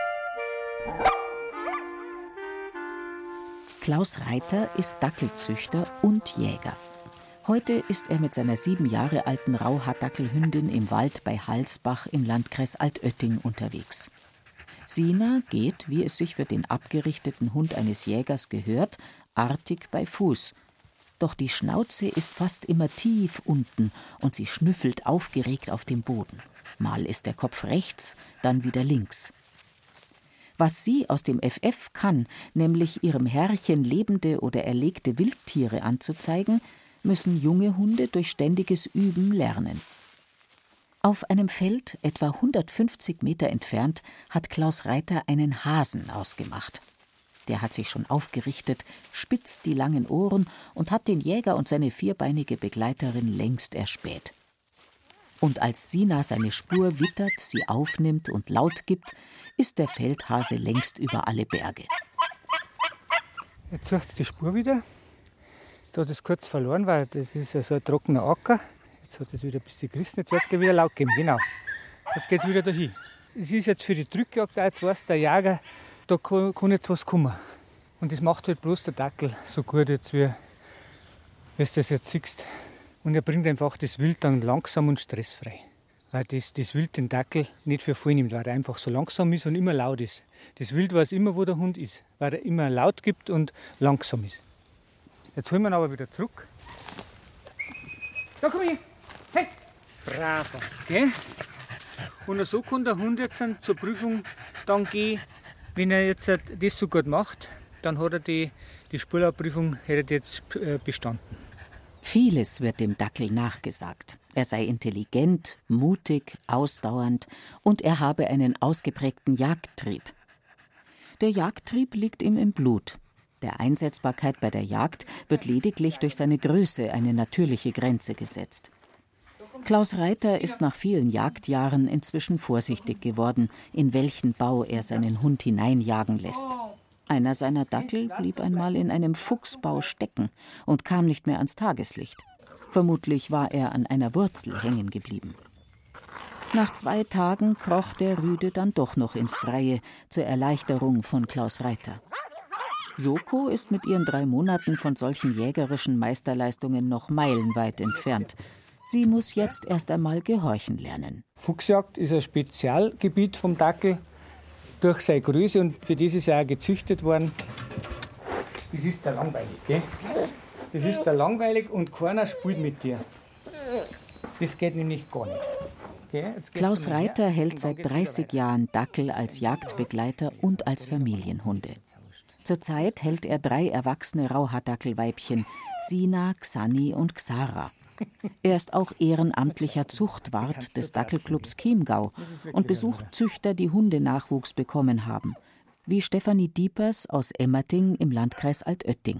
Klaus Reiter ist Dackelzüchter und Jäger. Heute ist er mit seiner sieben Jahre alten Rauhaardackelhündin im Wald bei Halsbach im Landkreis Altötting unterwegs. Sina geht, wie es sich für den abgerichteten Hund eines Jägers gehört, artig bei Fuß. Doch die Schnauze ist fast immer tief unten und sie schnüffelt aufgeregt auf dem Boden. Mal ist der Kopf rechts, dann wieder links. Was sie aus dem F F kann, nämlich ihrem Herrchen lebende oder erlegte Wildtiere anzuzeigen, müssen junge Hunde durch ständiges Üben lernen. Auf einem Feld, etwa hundertfünfzig Meter entfernt, hat Klaus Reiter einen Hasen ausgemacht. Der hat sich schon aufgerichtet, spitzt die langen Ohren und hat den Jäger und seine vierbeinige Begleiterin längst erspäht. Und als Sina seine Spur wittert, sie aufnimmt und Laut gibt, ist der Feldhase längst über alle Berge. Jetzt sucht sie die Spur wieder. Da hat es kurz verloren, weil das ist ja so ein trockener Acker. Jetzt hat es wieder ein bisschen gerissen, jetzt wird es wieder laut geben. Genau. Jetzt geht es wieder dahin. Es ist jetzt für die Drückjagd, jetzt weiß der Jäger, da kann, kann jetzt was kommen. Und das macht halt bloß der Dackel so gut, jetzt wie, wie du das jetzt siehst. Und er bringt einfach das Wild dann langsam und stressfrei. Weil das, das Wild den Dackel nicht für voll nimmt, weil er einfach so langsam ist und immer laut ist. Das Wild weiß immer, wo der Hund ist, weil er immer laut gibt und langsam ist. Jetzt holen wir ihn aber wieder zurück. Da komm ich! Hey! Brav, gell? Und so kann der Hund jetzt zur Prüfung dann gehen, wenn er jetzt das so gut macht, dann hat er die, die Spurlaufprüfung jetzt bestanden. Vieles wird dem Dackel nachgesagt. Er sei intelligent, mutig, ausdauernd und er habe einen ausgeprägten Jagdtrieb. Der Jagdtrieb liegt ihm im Blut. Der Einsetzbarkeit bei der Jagd wird lediglich durch seine Größe eine natürliche Grenze gesetzt. Klaus Reiter ist nach vielen Jagdjahren inzwischen vorsichtig geworden, in welchen Bau er seinen Hund hineinjagen lässt. Einer seiner Dackel blieb einmal in einem Fuchsbau stecken und kam nicht mehr ans Tageslicht. Vermutlich war er an einer Wurzel hängen geblieben. Nach zwei Tagen kroch der Rüde dann doch noch ins Freie, zur Erleichterung von Klaus Reiter. Joko ist mit ihren drei Monaten von solchen jägerischen Meisterleistungen noch meilenweit entfernt. Sie muss jetzt erst einmal gehorchen lernen. Fuchsjagd ist ein Spezialgebiet vom Dackel durch seine Größe und für das ist er auch gezüchtet worden. Das ist der langweilig, gell? Das ist der langweilig und keiner spielt mit dir. Das geht nämlich gar nicht. Okay? Klaus Reiter hält seit dreißig Jahren Dackel als Jagdbegleiter und als Familienhunde. Zurzeit hält er drei erwachsene Rauhaardackelweibchen, Sina, Xani und Xara. Er ist auch ehrenamtlicher Zuchtwart des Dackelclubs Chiemgau und besucht Züchter, die Hundenachwuchs bekommen haben, wie Stefanie Diepers aus Emmerting im Landkreis Altötting.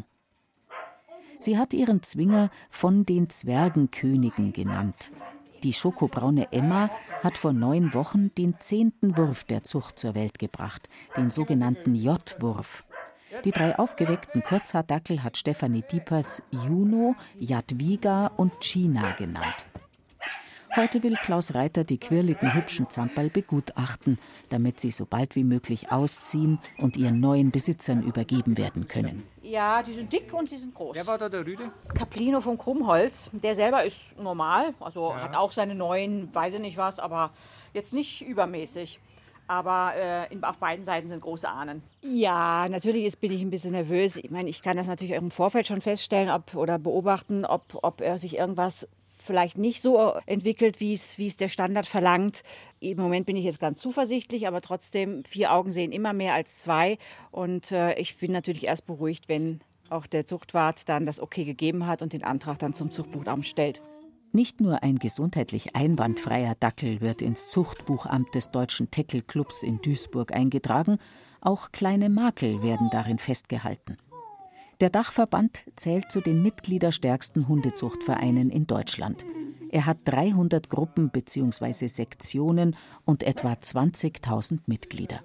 Sie hat ihren Zwinger von den Zwergenkönigen genannt. Die schokobraune Emma hat vor neun Wochen den zehnten Wurf der Zucht zur Welt gebracht, den sogenannten J-Wurf. Die drei aufgeweckten Kurzhaardackel hat Stefanie Diepers Juno, Jadwiga und Gina genannt. Heute will Klaus Reiter die quirligen, hübschen Zamperl begutachten, damit sie so bald wie möglich ausziehen und ihren neuen Besitzern übergeben werden können. Ja, die sind dick und sie sind groß. Wer war da der Rüde? Caplino vom Krummholz. Der selber ist normal, also Ja. hat auch seine neuen, weiß ich nicht was, aber jetzt nicht übermäßig. Aber äh, in, auf beiden Seiten sind große Ahnen. Ja, natürlich ist, bin ich ein bisschen nervös. Ich meine, ich kann das natürlich auch im Vorfeld schon feststellen ob, oder beobachten, ob, ob er sich irgendwas vielleicht nicht so entwickelt, wie es, wie es der Standard verlangt. Im Moment bin ich jetzt ganz zuversichtlich, aber trotzdem, vier Augen sehen immer mehr als zwei. Und äh, ich bin natürlich erst beruhigt, wenn auch der Zuchtwart dann das Okay gegeben hat und den Antrag dann zum Zuchtbuchamt stellt. Nicht nur ein gesundheitlich einwandfreier Dackel wird ins Zuchtbuchamt des Deutschen Teckelclubs in Duisburg eingetragen, auch kleine Makel werden darin festgehalten. Der Dachverband zählt zu den mitgliederstärksten Hundezuchtvereinen in Deutschland. Er hat dreihundert Gruppen bzw. Sektionen und etwa zwanzigtausend Mitglieder.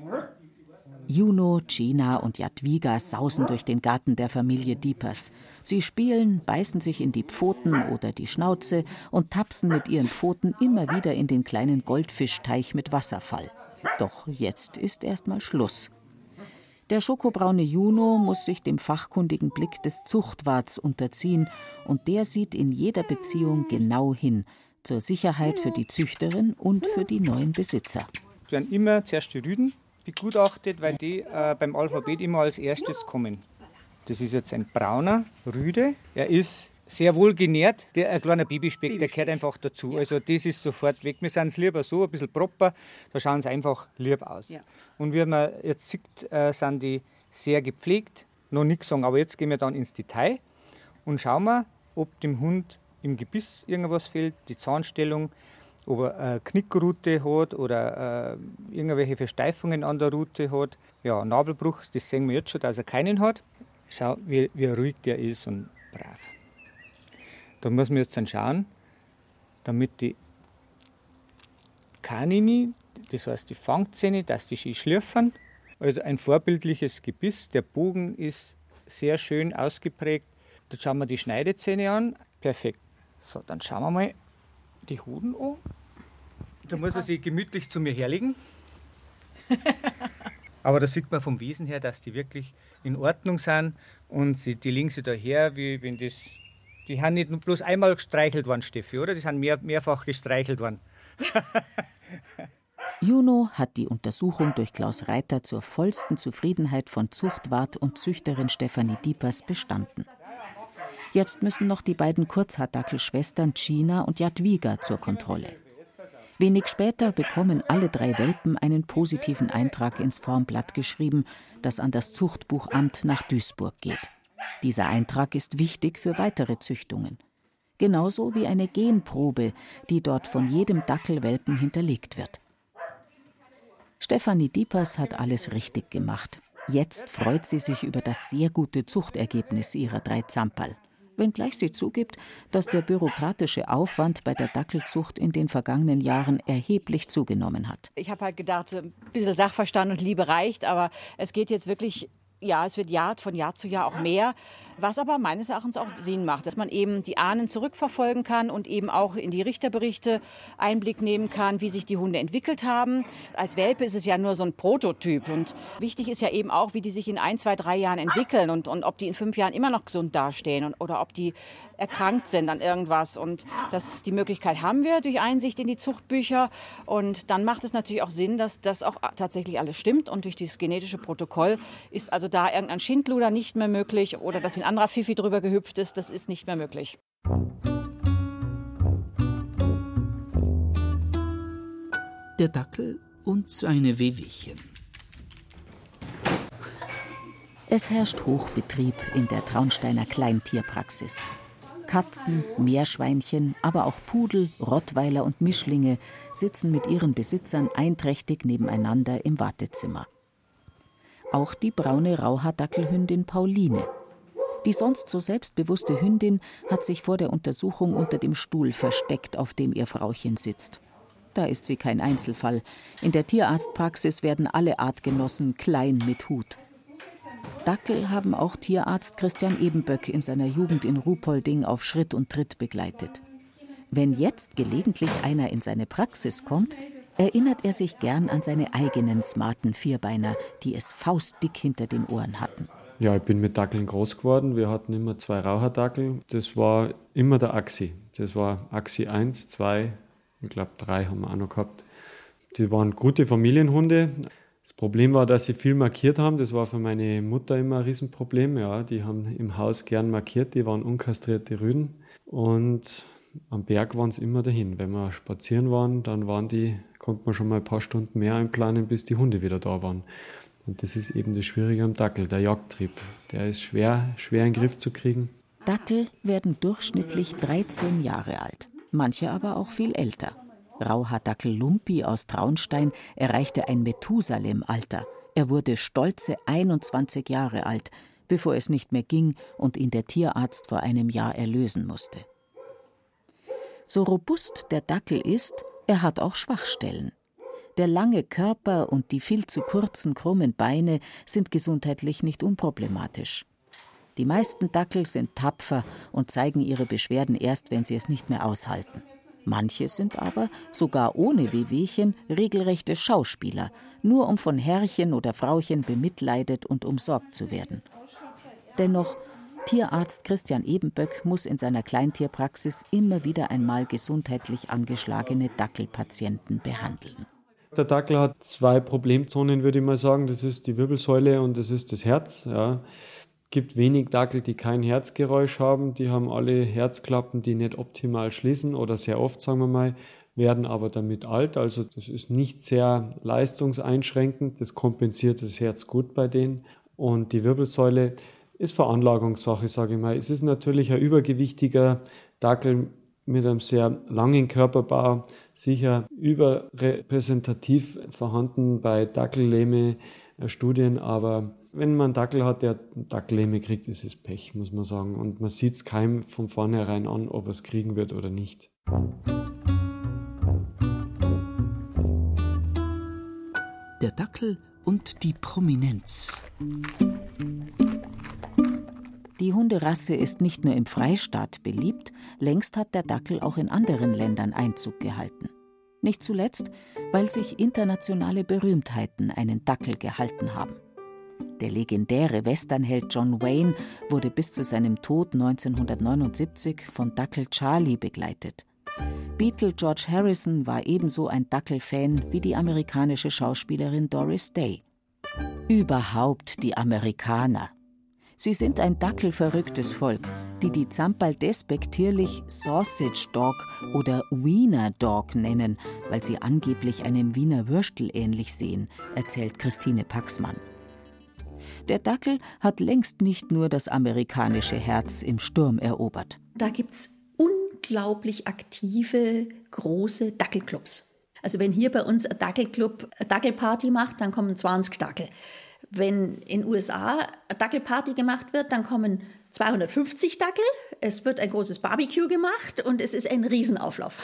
Juno, Gina und Jadwiga sausen durch den Garten der Familie Diepers. Sie spielen, beißen sich in die Pfoten oder die Schnauze und tapsen mit ihren Pfoten immer wieder in den kleinen Goldfischteich mit Wasserfall. Doch jetzt ist erst mal Schluss. Der schokobraune Juno muss sich dem fachkundigen Blick des Zuchtwarts unterziehen und der sieht in jeder Beziehung genau hin, zur Sicherheit für die Züchterin und für die neuen Besitzer. Es werden immer zuerst die Rüden begutachtet, weil die äh, beim Alphabet immer als erstes kommen. Das ist jetzt ein brauner Rüde. Er ist sehr wohl genährt. Der, ein kleiner Babyspeck, Babyspeck, der gehört einfach dazu. Ja. Also das ist sofort weg. Wir sind es lieber so, ein bisschen proper, da schauen sie einfach lieb aus. Ja. Und wie man jetzt sieht, äh, sind die sehr gepflegt. Noch nichts sagen, aber jetzt gehen wir dann ins Detail und schauen wir, ob dem Hund im Gebiss irgendwas fehlt, die Zahnstellung, ob er eine Knickrute hat oder äh, irgendwelche Versteifungen an der Rute hat. Ja, Nabelbruch, das sehen wir jetzt schon, dass er keinen hat. Schau, wie, wie ruhig der ist und brav. Da muss man jetzt dann schauen, damit die Kanini, das heißt die Fangzähne, dass die schön schlürfen. Also ein vorbildliches Gebiss. Der Bogen ist sehr schön ausgeprägt. Da schauen wir die Schneidezähne an. Perfekt. So, dann schauen wir mal die Hoden an. Da muss er sich gemütlich zu mir herlegen. Aber da sieht man vom Wesen her, dass die wirklich in Ordnung sind. Und sie, die liegen sie da her, wie wenn das. Die haben nicht nur bloß einmal gestreichelt worden, Steffi, oder? Die sind mehr, mehrfach gestreichelt worden. Juno hat die Untersuchung durch Klaus Reiter zur vollsten Zufriedenheit von Zuchtwart und Züchterin Stefanie Diepers bestanden. Jetzt müssen noch die beiden Kurzhaardackelschwestern Gina und Jadwiga zur Kontrolle. Wenig später bekommen alle drei Welpen einen positiven Eintrag ins Formblatt geschrieben, das an das Zuchtbuchamt nach Duisburg geht. Dieser Eintrag ist wichtig für weitere Züchtungen. Genauso wie eine Genprobe, die dort von jedem Dackelwelpen hinterlegt wird. Stefanie Diepers hat alles richtig gemacht. Jetzt freut sie sich über das sehr gute Zuchtergebnis ihrer drei Zamperl. Wenngleich sie zugibt, dass der bürokratische Aufwand bei der Dackelzucht in den vergangenen Jahren erheblich zugenommen hat. Ich habe halt gedacht, ein bisschen Sachverstand und Liebe reicht, aber es geht jetzt wirklich, ja, es wird Jahr von Jahr zu Jahr auch mehr, was aber meines Erachtens auch Sinn macht, dass man eben die Ahnen zurückverfolgen kann und eben auch in die Richterberichte Einblick nehmen kann, wie sich die Hunde entwickelt haben. Als Welpe ist es ja nur so ein Prototyp und wichtig ist ja eben auch, wie die sich in ein, zwei, drei Jahren entwickeln und, und ob die in fünf Jahren immer noch gesund dastehen und, oder ob die erkrankt sind an irgendwas. Und das, die Möglichkeit haben wir durch Einsicht in die Zuchtbücher und dann macht es natürlich auch Sinn, dass das auch tatsächlich alles stimmt und durch dieses genetische Protokoll ist also da irgendein Schindluder nicht mehr möglich oder dass ein anderer Fifi drüber gehüpft ist, das ist nicht mehr möglich. Der Dackel und seine Wehwehchen. Es herrscht Hochbetrieb in der Traunsteiner Kleintierpraxis. Katzen, Meerschweinchen, aber auch Pudel, Rottweiler und Mischlinge sitzen mit ihren Besitzern einträchtig nebeneinander im Wartezimmer. Auch die braune Rauhaardackelhündin Pauline. Die sonst so selbstbewusste Hündin hat sich vor der Untersuchung unter dem Stuhl versteckt, auf dem ihr Frauchen sitzt. Da ist sie kein Einzelfall. In der Tierarztpraxis werden alle Artgenossen klein mit Hut. Dackel haben auch Tierarzt Christian Ebenböck in seiner Jugend in Ruhpolding auf Schritt und Tritt begleitet. Wenn jetzt gelegentlich einer in seine Praxis kommt, erinnert er sich gern an seine eigenen smarten Vierbeiner, die es faustdick hinter den Ohren hatten. Ja, ich bin mit Dackeln groß geworden. Wir hatten immer zwei Rauhaardackel. Das war immer der Axi. Das war Axi eins, zwei, ich glaube drei haben wir auch noch gehabt. Die waren gute Familienhunde. Das Problem war, dass sie viel markiert haben. Das war für meine Mutter immer ein Riesenproblem. Ja, die haben im Haus gern markiert. Die waren unkastrierte Rüden. Und am Berg waren sie immer dahin. Wenn wir spazieren waren, dann waren die, konnte man schon mal ein paar Stunden mehr einplanen, bis die Hunde wieder da waren. Und das ist eben das Schwierige am Dackel, der Jagdtrieb. Der ist schwer, schwer in den Griff zu kriegen. Dackel werden durchschnittlich dreizehn Jahre alt, manche aber auch viel älter. Rauhaardackel Lumpi aus Traunstein erreichte ein Methusalem-Alter. Er wurde stolze einundzwanzig Jahre alt, bevor es nicht mehr ging und ihn der Tierarzt vor einem Jahr erlösen musste. So robust der Dackel ist, er hat auch Schwachstellen. Der lange Körper und die viel zu kurzen, krummen Beine sind gesundheitlich nicht unproblematisch. Die meisten Dackel sind tapfer und zeigen ihre Beschwerden erst, wenn sie es nicht mehr aushalten. Manche sind aber, sogar ohne Wehwehchen, regelrechte Schauspieler, nur um von Herrchen oder Frauchen bemitleidet und umsorgt zu werden. Dennoch, Tierarzt Christian Ebenböck muss in seiner Kleintierpraxis immer wieder einmal gesundheitlich angeschlagene Dackelpatienten behandeln. Der Dackel hat zwei Problemzonen, würde ich mal sagen. Das ist die Wirbelsäule und das ist das Herz. Ja. Es gibt wenig Dackel, die kein Herzgeräusch haben. Die haben alle Herzklappen, die nicht optimal schließen oder sehr oft, sagen wir mal, werden aber damit alt. Also das ist nicht sehr leistungseinschränkend. Das kompensiert das Herz gut bei denen. Und die Wirbelsäule ist Veranlagungssache, sage ich mal. Es ist natürlich ein übergewichtiger Dackel, mit einem sehr langen Körperbau, sicher überrepräsentativ vorhanden bei Dackellähme-Studien, aber wenn man einen Dackel hat, der Dackellähme kriegt, ist es Pech, muss man sagen. Und man sieht es keinem von vornherein an, ob er es kriegen wird oder nicht. Der Dackel und die Prominenz. Die Hunderasse ist nicht nur im Freistaat beliebt, längst hat der Dackel auch in anderen Ländern Einzug gehalten. Nicht zuletzt, weil sich internationale Berühmtheiten einen Dackel gehalten haben. Der legendäre Westernheld John Wayne wurde bis zu seinem Tod neunzehnhundertneunundsiebzig von Dackel Charlie begleitet. Beatle George Harrison war ebenso ein Dackelfan wie die amerikanische Schauspielerin Doris Day. Überhaupt die Amerikaner. Sie sind ein dackelverrücktes Volk, die die Zamperl despektierlich Sausage Dog oder Wiener Dog nennen, weil sie angeblich einem Wiener Würstel ähnlich sehen, erzählt Christine Paxmann. Der Dackel hat längst nicht nur das amerikanische Herz im Sturm erobert. Da gibt es unglaublich aktive, große Dackelclubs. Also wenn hier bei uns ein Dackelclub eine Dackelparty macht, dann kommen zwanzig Dackel. Wenn in den U S A eine Dackelparty gemacht wird, dann kommen zweihundertfünfzig Dackel. Es wird ein großes Barbecue gemacht und es ist ein Riesenauflauf.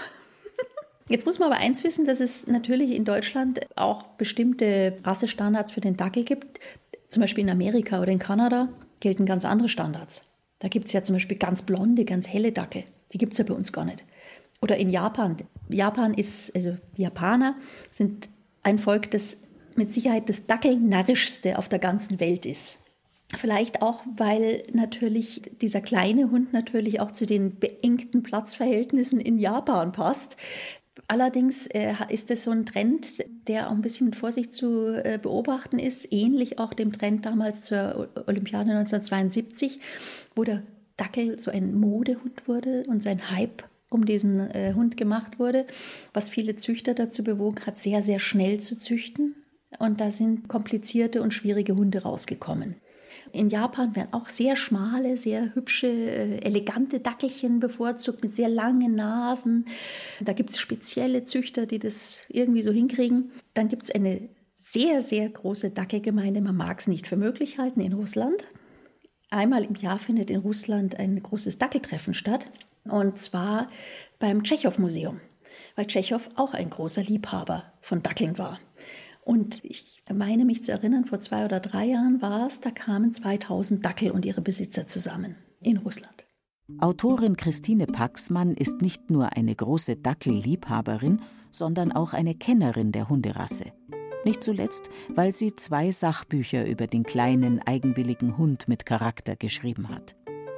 Jetzt muss man aber eins wissen, dass es natürlich in Deutschland auch bestimmte Rassestandards für den Dackel gibt. Zum Beispiel in Amerika oder in Kanada gelten ganz andere Standards. Da gibt es ja zum Beispiel ganz blonde, ganz helle Dackel. Die gibt es ja bei uns gar nicht. Oder in Japan. Japan ist, also die Japaner sind ein Volk, das mit Sicherheit das Dackelnarrischste auf der ganzen Welt ist. Vielleicht auch, weil natürlich dieser kleine Hund natürlich auch zu den beengten Platzverhältnissen in Japan passt. Allerdings äh, ist es so ein Trend, der auch ein bisschen mit Vorsicht zu äh, beobachten ist, ähnlich auch dem Trend damals zur Olympiade neunzehnhundertzweiundsiebzig, wo der Dackel so ein Modehund wurde und sein Hype um diesen äh, Hund gemacht wurde, was viele Züchter dazu bewogen hat, sehr, sehr schnell zu züchten. Und da sind komplizierte und schwierige Hunde rausgekommen. In Japan werden auch sehr schmale, sehr hübsche, elegante Dackelchen bevorzugt mit sehr langen Nasen. Da gibt es spezielle Züchter, die das irgendwie so hinkriegen. Dann gibt es eine sehr, sehr große Dackelgemeinde, man mag es nicht für möglich halten, in Russland. Einmal im Jahr findet in Russland ein großes Dackeltreffen statt. Und zwar beim Tschechow-Museum, weil Tschechow auch ein großer Liebhaber von Dackeln war. Und ich meine mich zu erinnern, vor zwei oder drei Jahren war es, da kamen zweitausend Dackel und ihre Besitzer zusammen in Russland. Autorin Christine Paxmann ist nicht nur eine große Dackelliebhaberin, sondern auch eine Kennerin der Hunderasse. Nicht zuletzt, weil sie zwei Sachbücher über den kleinen, eigenwilligen Hund mit Charakter geschrieben hat.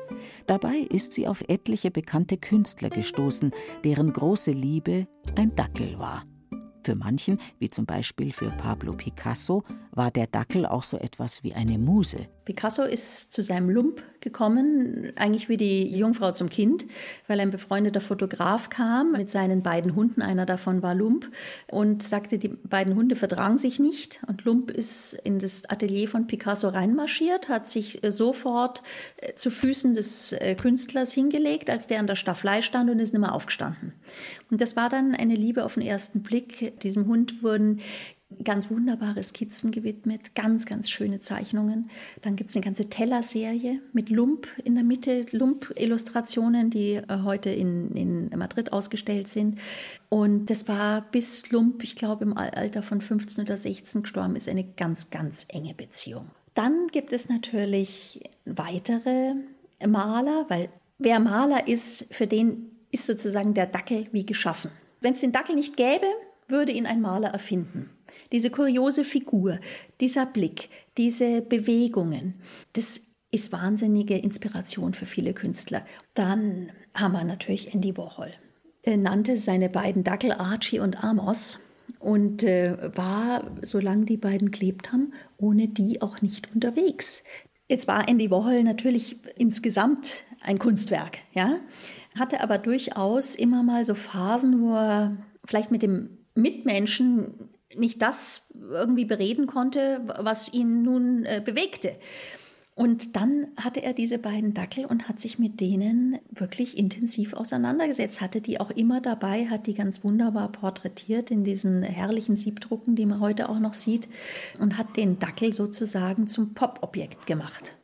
Dabei ist sie auf etliche bekannte Künstler gestoßen, deren große Liebe ein Dackel war. Für manchen, wie zum Beispiel für Pablo Picasso, war der Dackel auch so etwas wie eine Muse. Picasso ist zu seinem Lump gekommen, eigentlich wie die Jungfrau zum Kind, weil ein befreundeter Fotograf kam mit seinen beiden Hunden, einer davon war Lump, und sagte, die beiden Hunde vertragen sich nicht. Und Lump ist in das Atelier von Picasso reinmarschiert, hat sich sofort zu Füßen des Künstlers hingelegt, als der an der Staffelei stand, und ist nicht mehr aufgestanden. Und das war dann eine Liebe auf den ersten Blick. Diesem Hund wurden ganz wunderbare Skizzen gewidmet, ganz, ganz schöne Zeichnungen. Dann gibt es eine ganze Teller-Serie mit Lump in der Mitte, Lump-Illustrationen, die heute in, in Madrid ausgestellt sind. Und das war bis Lump, ich glaube im Alter von fünfzehn oder sechzehn gestorben ist, eine ganz, ganz enge Beziehung. Dann gibt es natürlich weitere Maler, weil wer Maler ist, für den ist sozusagen der Dackel wie geschaffen. Wenn es den Dackel nicht gäbe, würde ihn ein Maler erfinden. Diese kuriose Figur, dieser Blick, diese Bewegungen, das ist wahnsinnige Inspiration für viele Künstler. Dann haben wir natürlich Andy Warhol. Er nannte seine beiden Dackel Archie und Amos und äh, war, solange die beiden gelebt haben, ohne die auch nicht unterwegs. Jetzt war Andy Warhol natürlich insgesamt ein Kunstwerk, ja, hatte aber durchaus immer mal so Phasen, wo er vielleicht mit dem Mitmenschen nicht das irgendwie bereden konnte, was ihn nun äh, bewegte. Und dann hatte er diese beiden Dackel und hat sich mit denen wirklich intensiv auseinandergesetzt, hatte die auch immer dabei, hat die ganz wunderbar porträtiert in diesen herrlichen Siebdrucken, die man heute auch noch sieht, und hat den Dackel sozusagen zum Pop-Objekt gemacht.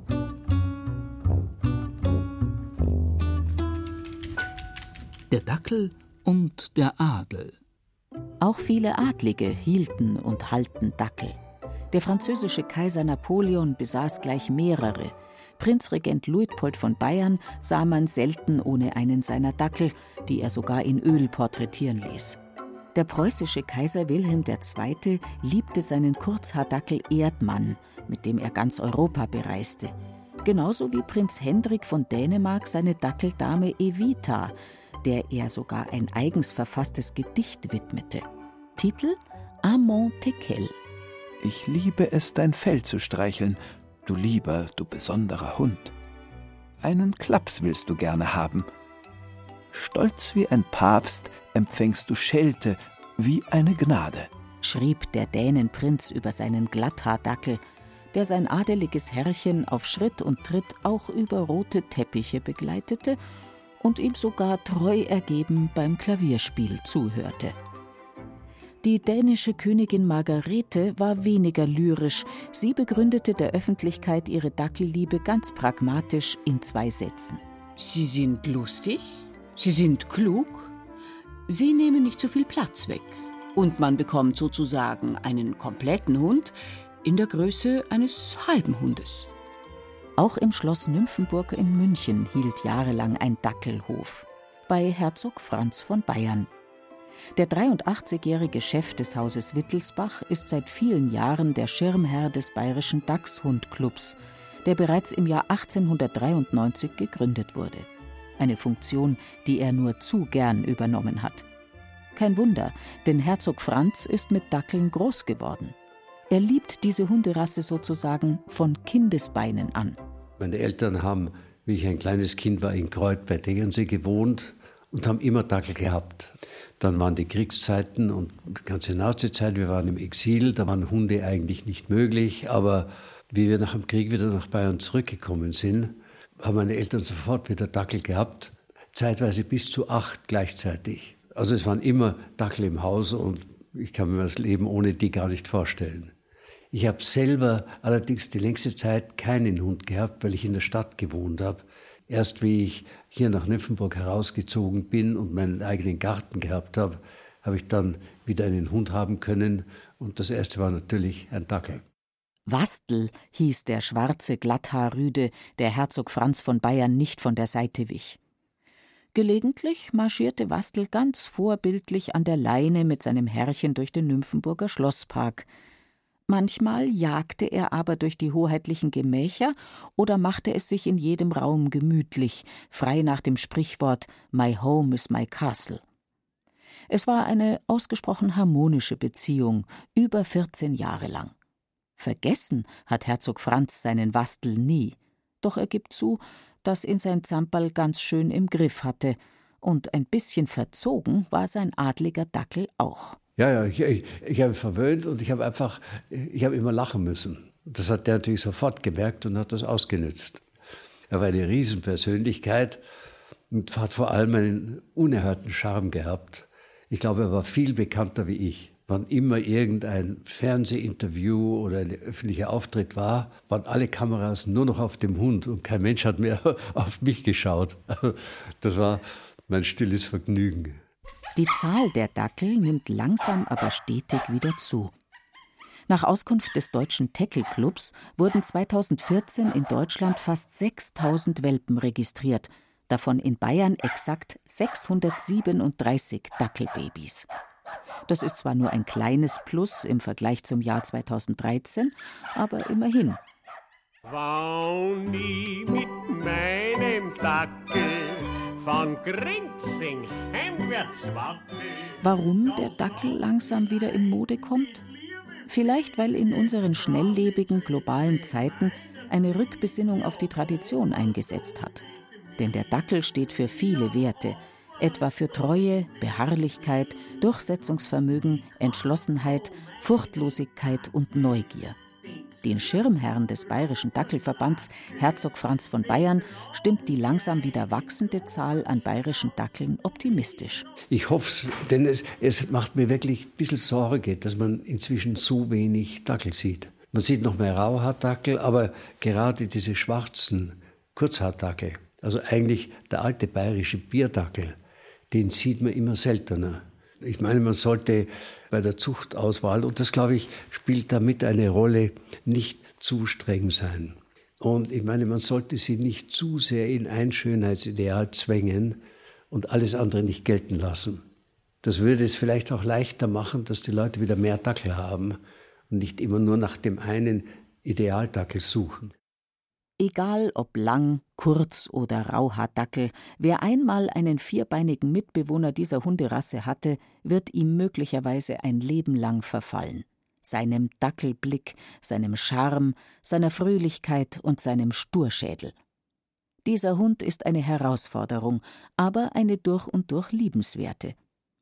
Der Dackel und der Adel. Auch viele Adlige hielten und halten Dackel. Der französische Kaiser Napoleon besaß gleich mehrere. Prinzregent Luitpold von Bayern sah man selten ohne einen seiner Dackel, die er sogar in Öl porträtieren ließ. Der preußische Kaiser Wilhelm der Zweite liebte seinen Kurzhaardackel Erdmann, mit dem er ganz Europa bereiste. Genauso wie Prinz Hendrik von Dänemark seine Dackeldame Evita, der er sogar ein eigens verfasstes Gedicht widmete. Titel Amant Tekel. Ich liebe es, dein Fell zu streicheln, du lieber, du besonderer Hund. Einen Klaps willst du gerne haben. Stolz wie ein Papst empfängst du Schelte wie eine Gnade, schrieb der Dänenprinz über seinen Glatthaardackel, der sein adeliges Herrchen auf Schritt und Tritt auch über rote Teppiche begleitete und ihm sogar treu ergeben beim Klavierspiel zuhörte. Die dänische Königin Margarete war weniger lyrisch. Sie begründete der Öffentlichkeit ihre Dackelliebe ganz pragmatisch in zwei Sätzen. Sie sind lustig, sie sind klug, sie nehmen nicht so viel Platz weg. Und man bekommt sozusagen einen kompletten Hund in der Größe eines halben Hundes. Auch im Schloss Nymphenburg in München hielt jahrelang ein Dackelhof. Bei Herzog Franz von Bayern. Der dreiundachtzigjährige Chef des Hauses Wittelsbach ist seit vielen Jahren der Schirmherr des Bayerischen Dachshundclubs, der bereits im Jahr achtzehnhundertdreiundneunzig gegründet wurde. Eine Funktion, die er nur zu gern übernommen hat. Kein Wunder, denn Herzog Franz ist mit Dackeln groß geworden. Er liebt diese Hunderasse sozusagen von Kindesbeinen an. Meine Eltern haben, wie ich ein kleines Kind war, in Kreuth bei Tegernsee gewohnt und haben immer Dackel gehabt. Dann waren die Kriegszeiten und die ganze Nazizeit, wir waren im Exil, da waren Hunde eigentlich nicht möglich. Aber wie wir nach dem Krieg wieder nach Bayern zurückgekommen sind, haben meine Eltern sofort wieder Dackel gehabt, zeitweise bis zu acht gleichzeitig. Also es waren immer Dackel im Haus und ich kann mir das Leben ohne die gar nicht vorstellen. Ich habe selber allerdings die längste Zeit keinen Hund gehabt, weil ich in der Stadt gewohnt habe. Erst wie ich hier nach Nymphenburg herausgezogen bin und meinen eigenen Garten gehabt habe, habe ich dann wieder einen Hund haben können. Und das erste war natürlich ein Dackel. Wastl hieß der schwarze Glatthaarrüde, der Herzog Franz von Bayern nicht von der Seite wich. Gelegentlich marschierte Wastl ganz vorbildlich an der Leine mit seinem Herrchen durch den Nymphenburger Schlosspark. Manchmal jagte er aber durch die hoheitlichen Gemächer oder machte es sich in jedem Raum gemütlich, frei nach dem Sprichwort »My home is my castle«. Es war eine ausgesprochen harmonische Beziehung, über vierzehn Jahre lang. Vergessen hat Herzog Franz seinen Wastl nie, doch er gibt zu, dass ihn sein Zamperl ganz schön im Griff hatte, und ein bisschen verzogen war sein adliger Dackel auch. Ja, ja, ich, ich, ich habe ihn verwöhnt und ich habe einfach, ich habe immer lachen müssen. Das hat der natürlich sofort gemerkt und hat das ausgenützt. Er war eine Riesenpersönlichkeit und hat vor allem einen unerhörten Charme gehabt. Ich glaube, er war viel bekannter wie ich. Wann immer irgendein Fernsehinterview oder ein öffentlicher Auftritt war, waren alle Kameras nur noch auf dem Hund und kein Mensch hat mehr auf mich geschaut. Das war mein stilles Vergnügen. Die Zahl der Dackel nimmt langsam aber stetig wieder zu. Nach Auskunft des Deutschen Tackle-Clubs wurden zweitausendvierzehn in Deutschland fast sechstausend Welpen registriert, davon in Bayern exakt sechshundertsiebenunddreißig Dackelbabys. Das ist zwar nur ein kleines Plus im Vergleich zum Jahr zweitausenddreizehn, aber immerhin. Wohn nie mit meinem Dackel von Grinzing heimwärts wackel. Warum der Dackel langsam wieder in Mode kommt? Vielleicht, weil in unseren schnelllebigen globalen Zeiten eine Rückbesinnung auf die Tradition eingesetzt hat. Denn der Dackel steht für viele Werte, etwa für Treue, Beharrlichkeit, Durchsetzungsvermögen, Entschlossenheit, Furchtlosigkeit und Neugier. Den Schirmherrn des Bayerischen Dackelverbands, Herzog Franz von Bayern, stimmt die langsam wieder wachsende Zahl an bayerischen Dackeln optimistisch. Ich hoffe es, denn es, es macht mir wirklich ein bisschen Sorge, dass man inzwischen zu wenig Dackel sieht. Man sieht noch mehr Rauhaardackel, aber gerade diese schwarzen Kurzhaardackel, also eigentlich der alte bayerische Bierdackel, den sieht man immer seltener. Ich meine, man sollte bei der Zuchtauswahl, und das, glaube ich, spielt damit eine Rolle, nicht zu streng sein. Und ich meine, man sollte sie nicht zu sehr in ein Schönheitsideal zwängen und alles andere nicht gelten lassen. Das würde es vielleicht auch leichter machen, dass die Leute wieder mehr Dackel haben und nicht immer nur nach dem einen Idealdackel suchen. Egal ob lang, kurz oder Rauhaardackel, wer einmal einen vierbeinigen Mitbewohner dieser Hunderasse hatte, wird ihm möglicherweise ein Leben lang verfallen. Seinem Dackelblick, seinem Charme, seiner Fröhlichkeit und seinem Sturschädel. Dieser Hund ist eine Herausforderung, aber eine durch und durch liebenswerte.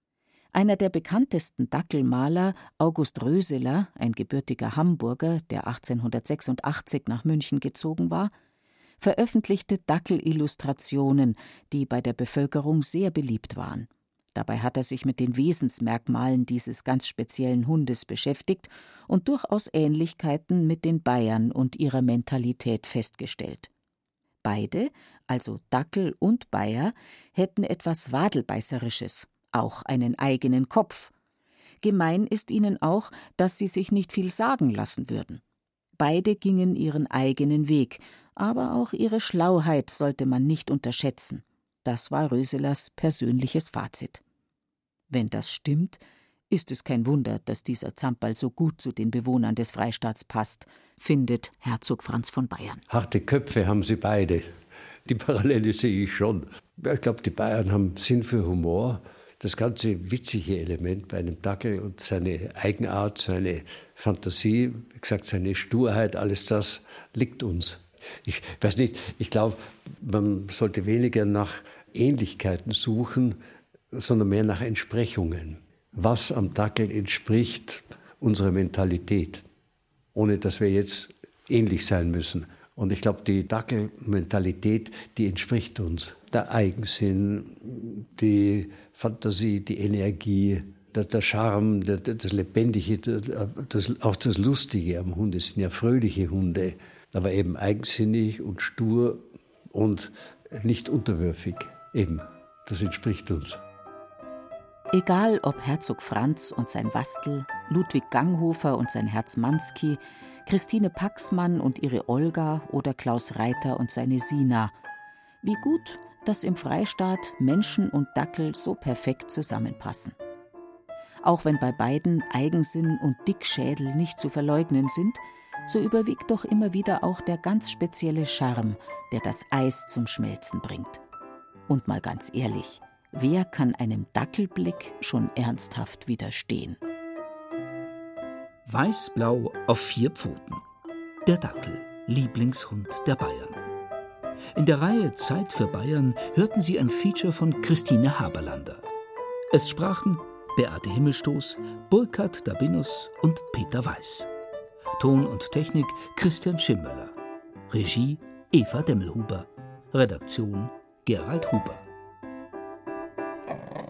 Einer der bekanntesten Dackelmaler, August Röseler, ein gebürtiger Hamburger, der achtzehnhundertsechsundachtzig nach München gezogen war, veröffentlichte Dackelillustrationen, die bei der Bevölkerung sehr beliebt waren. Dabei hat er sich mit den Wesensmerkmalen dieses ganz speziellen Hundes beschäftigt und durchaus Ähnlichkeiten mit den Bayern und ihrer Mentalität festgestellt. Beide, also Dackel und Bayer, hätten etwas Wadelbeißerisches, auch einen eigenen Kopf. Gemein ist ihnen auch, dass sie sich nicht viel sagen lassen würden. Beide gingen ihren eigenen Weg, aber auch ihre Schlauheit sollte man nicht unterschätzen. Das war Röselers persönliches Fazit. Wenn das stimmt, ist es kein Wunder, dass dieser Zamperl so gut zu den Bewohnern des Freistaats passt, findet Herzog Franz von Bayern. Harte Köpfe haben sie beide. Die Parallele sehe ich schon. Ich glaube, die Bayern haben Sinn für Humor. Das ganze witzige Element bei einem Dackel und seine Eigenart, seine Fantasie, wie gesagt, seine Sturheit, alles das liegt uns. Ich weiß nicht, ich glaube, man sollte weniger nach Ähnlichkeiten suchen, sondern mehr nach Entsprechungen. Was am Dackel entspricht unserer Mentalität, ohne dass wir jetzt ähnlich sein müssen. Und ich glaube, die Dackelmentalität, die entspricht uns. Der Eigensinn, die Fantasie, die Energie, der, der Charme, der, das Lebendige, das, auch das Lustige am Hund. Es sind ja fröhliche Hunde, aber eben eigensinnig und stur und nicht unterwürfig. Eben, das entspricht uns. Egal ob Herzog Franz und sein Wastel, Ludwig Ganghofer und sein Herzmanski, Christine Paxmann und ihre Olga oder Klaus Reiter und seine Sina. Wie gut, dass im Freistaat Menschen und Dackel so perfekt zusammenpassen. Auch wenn bei beiden Eigensinn und Dickschädel nicht zu verleugnen sind, so überwiegt doch immer wieder auch der ganz spezielle Charme, der das Eis zum Schmelzen bringt. Und mal ganz ehrlich, wer kann einem Dackelblick schon ernsthaft widerstehen? Weiß-blau auf vier Pfoten. Der Dackel, Lieblingshund der Bayern. In der Reihe Zeit für Bayern hörten Sie ein Feature von Christine Haberlander. Es sprachen Beate Himmelstoß, Burkhard Dabinus und Peter Weiß. Ton und Technik Christian Schimmöller. Regie Eva Demmelhuber. Redaktion Gerald Huber.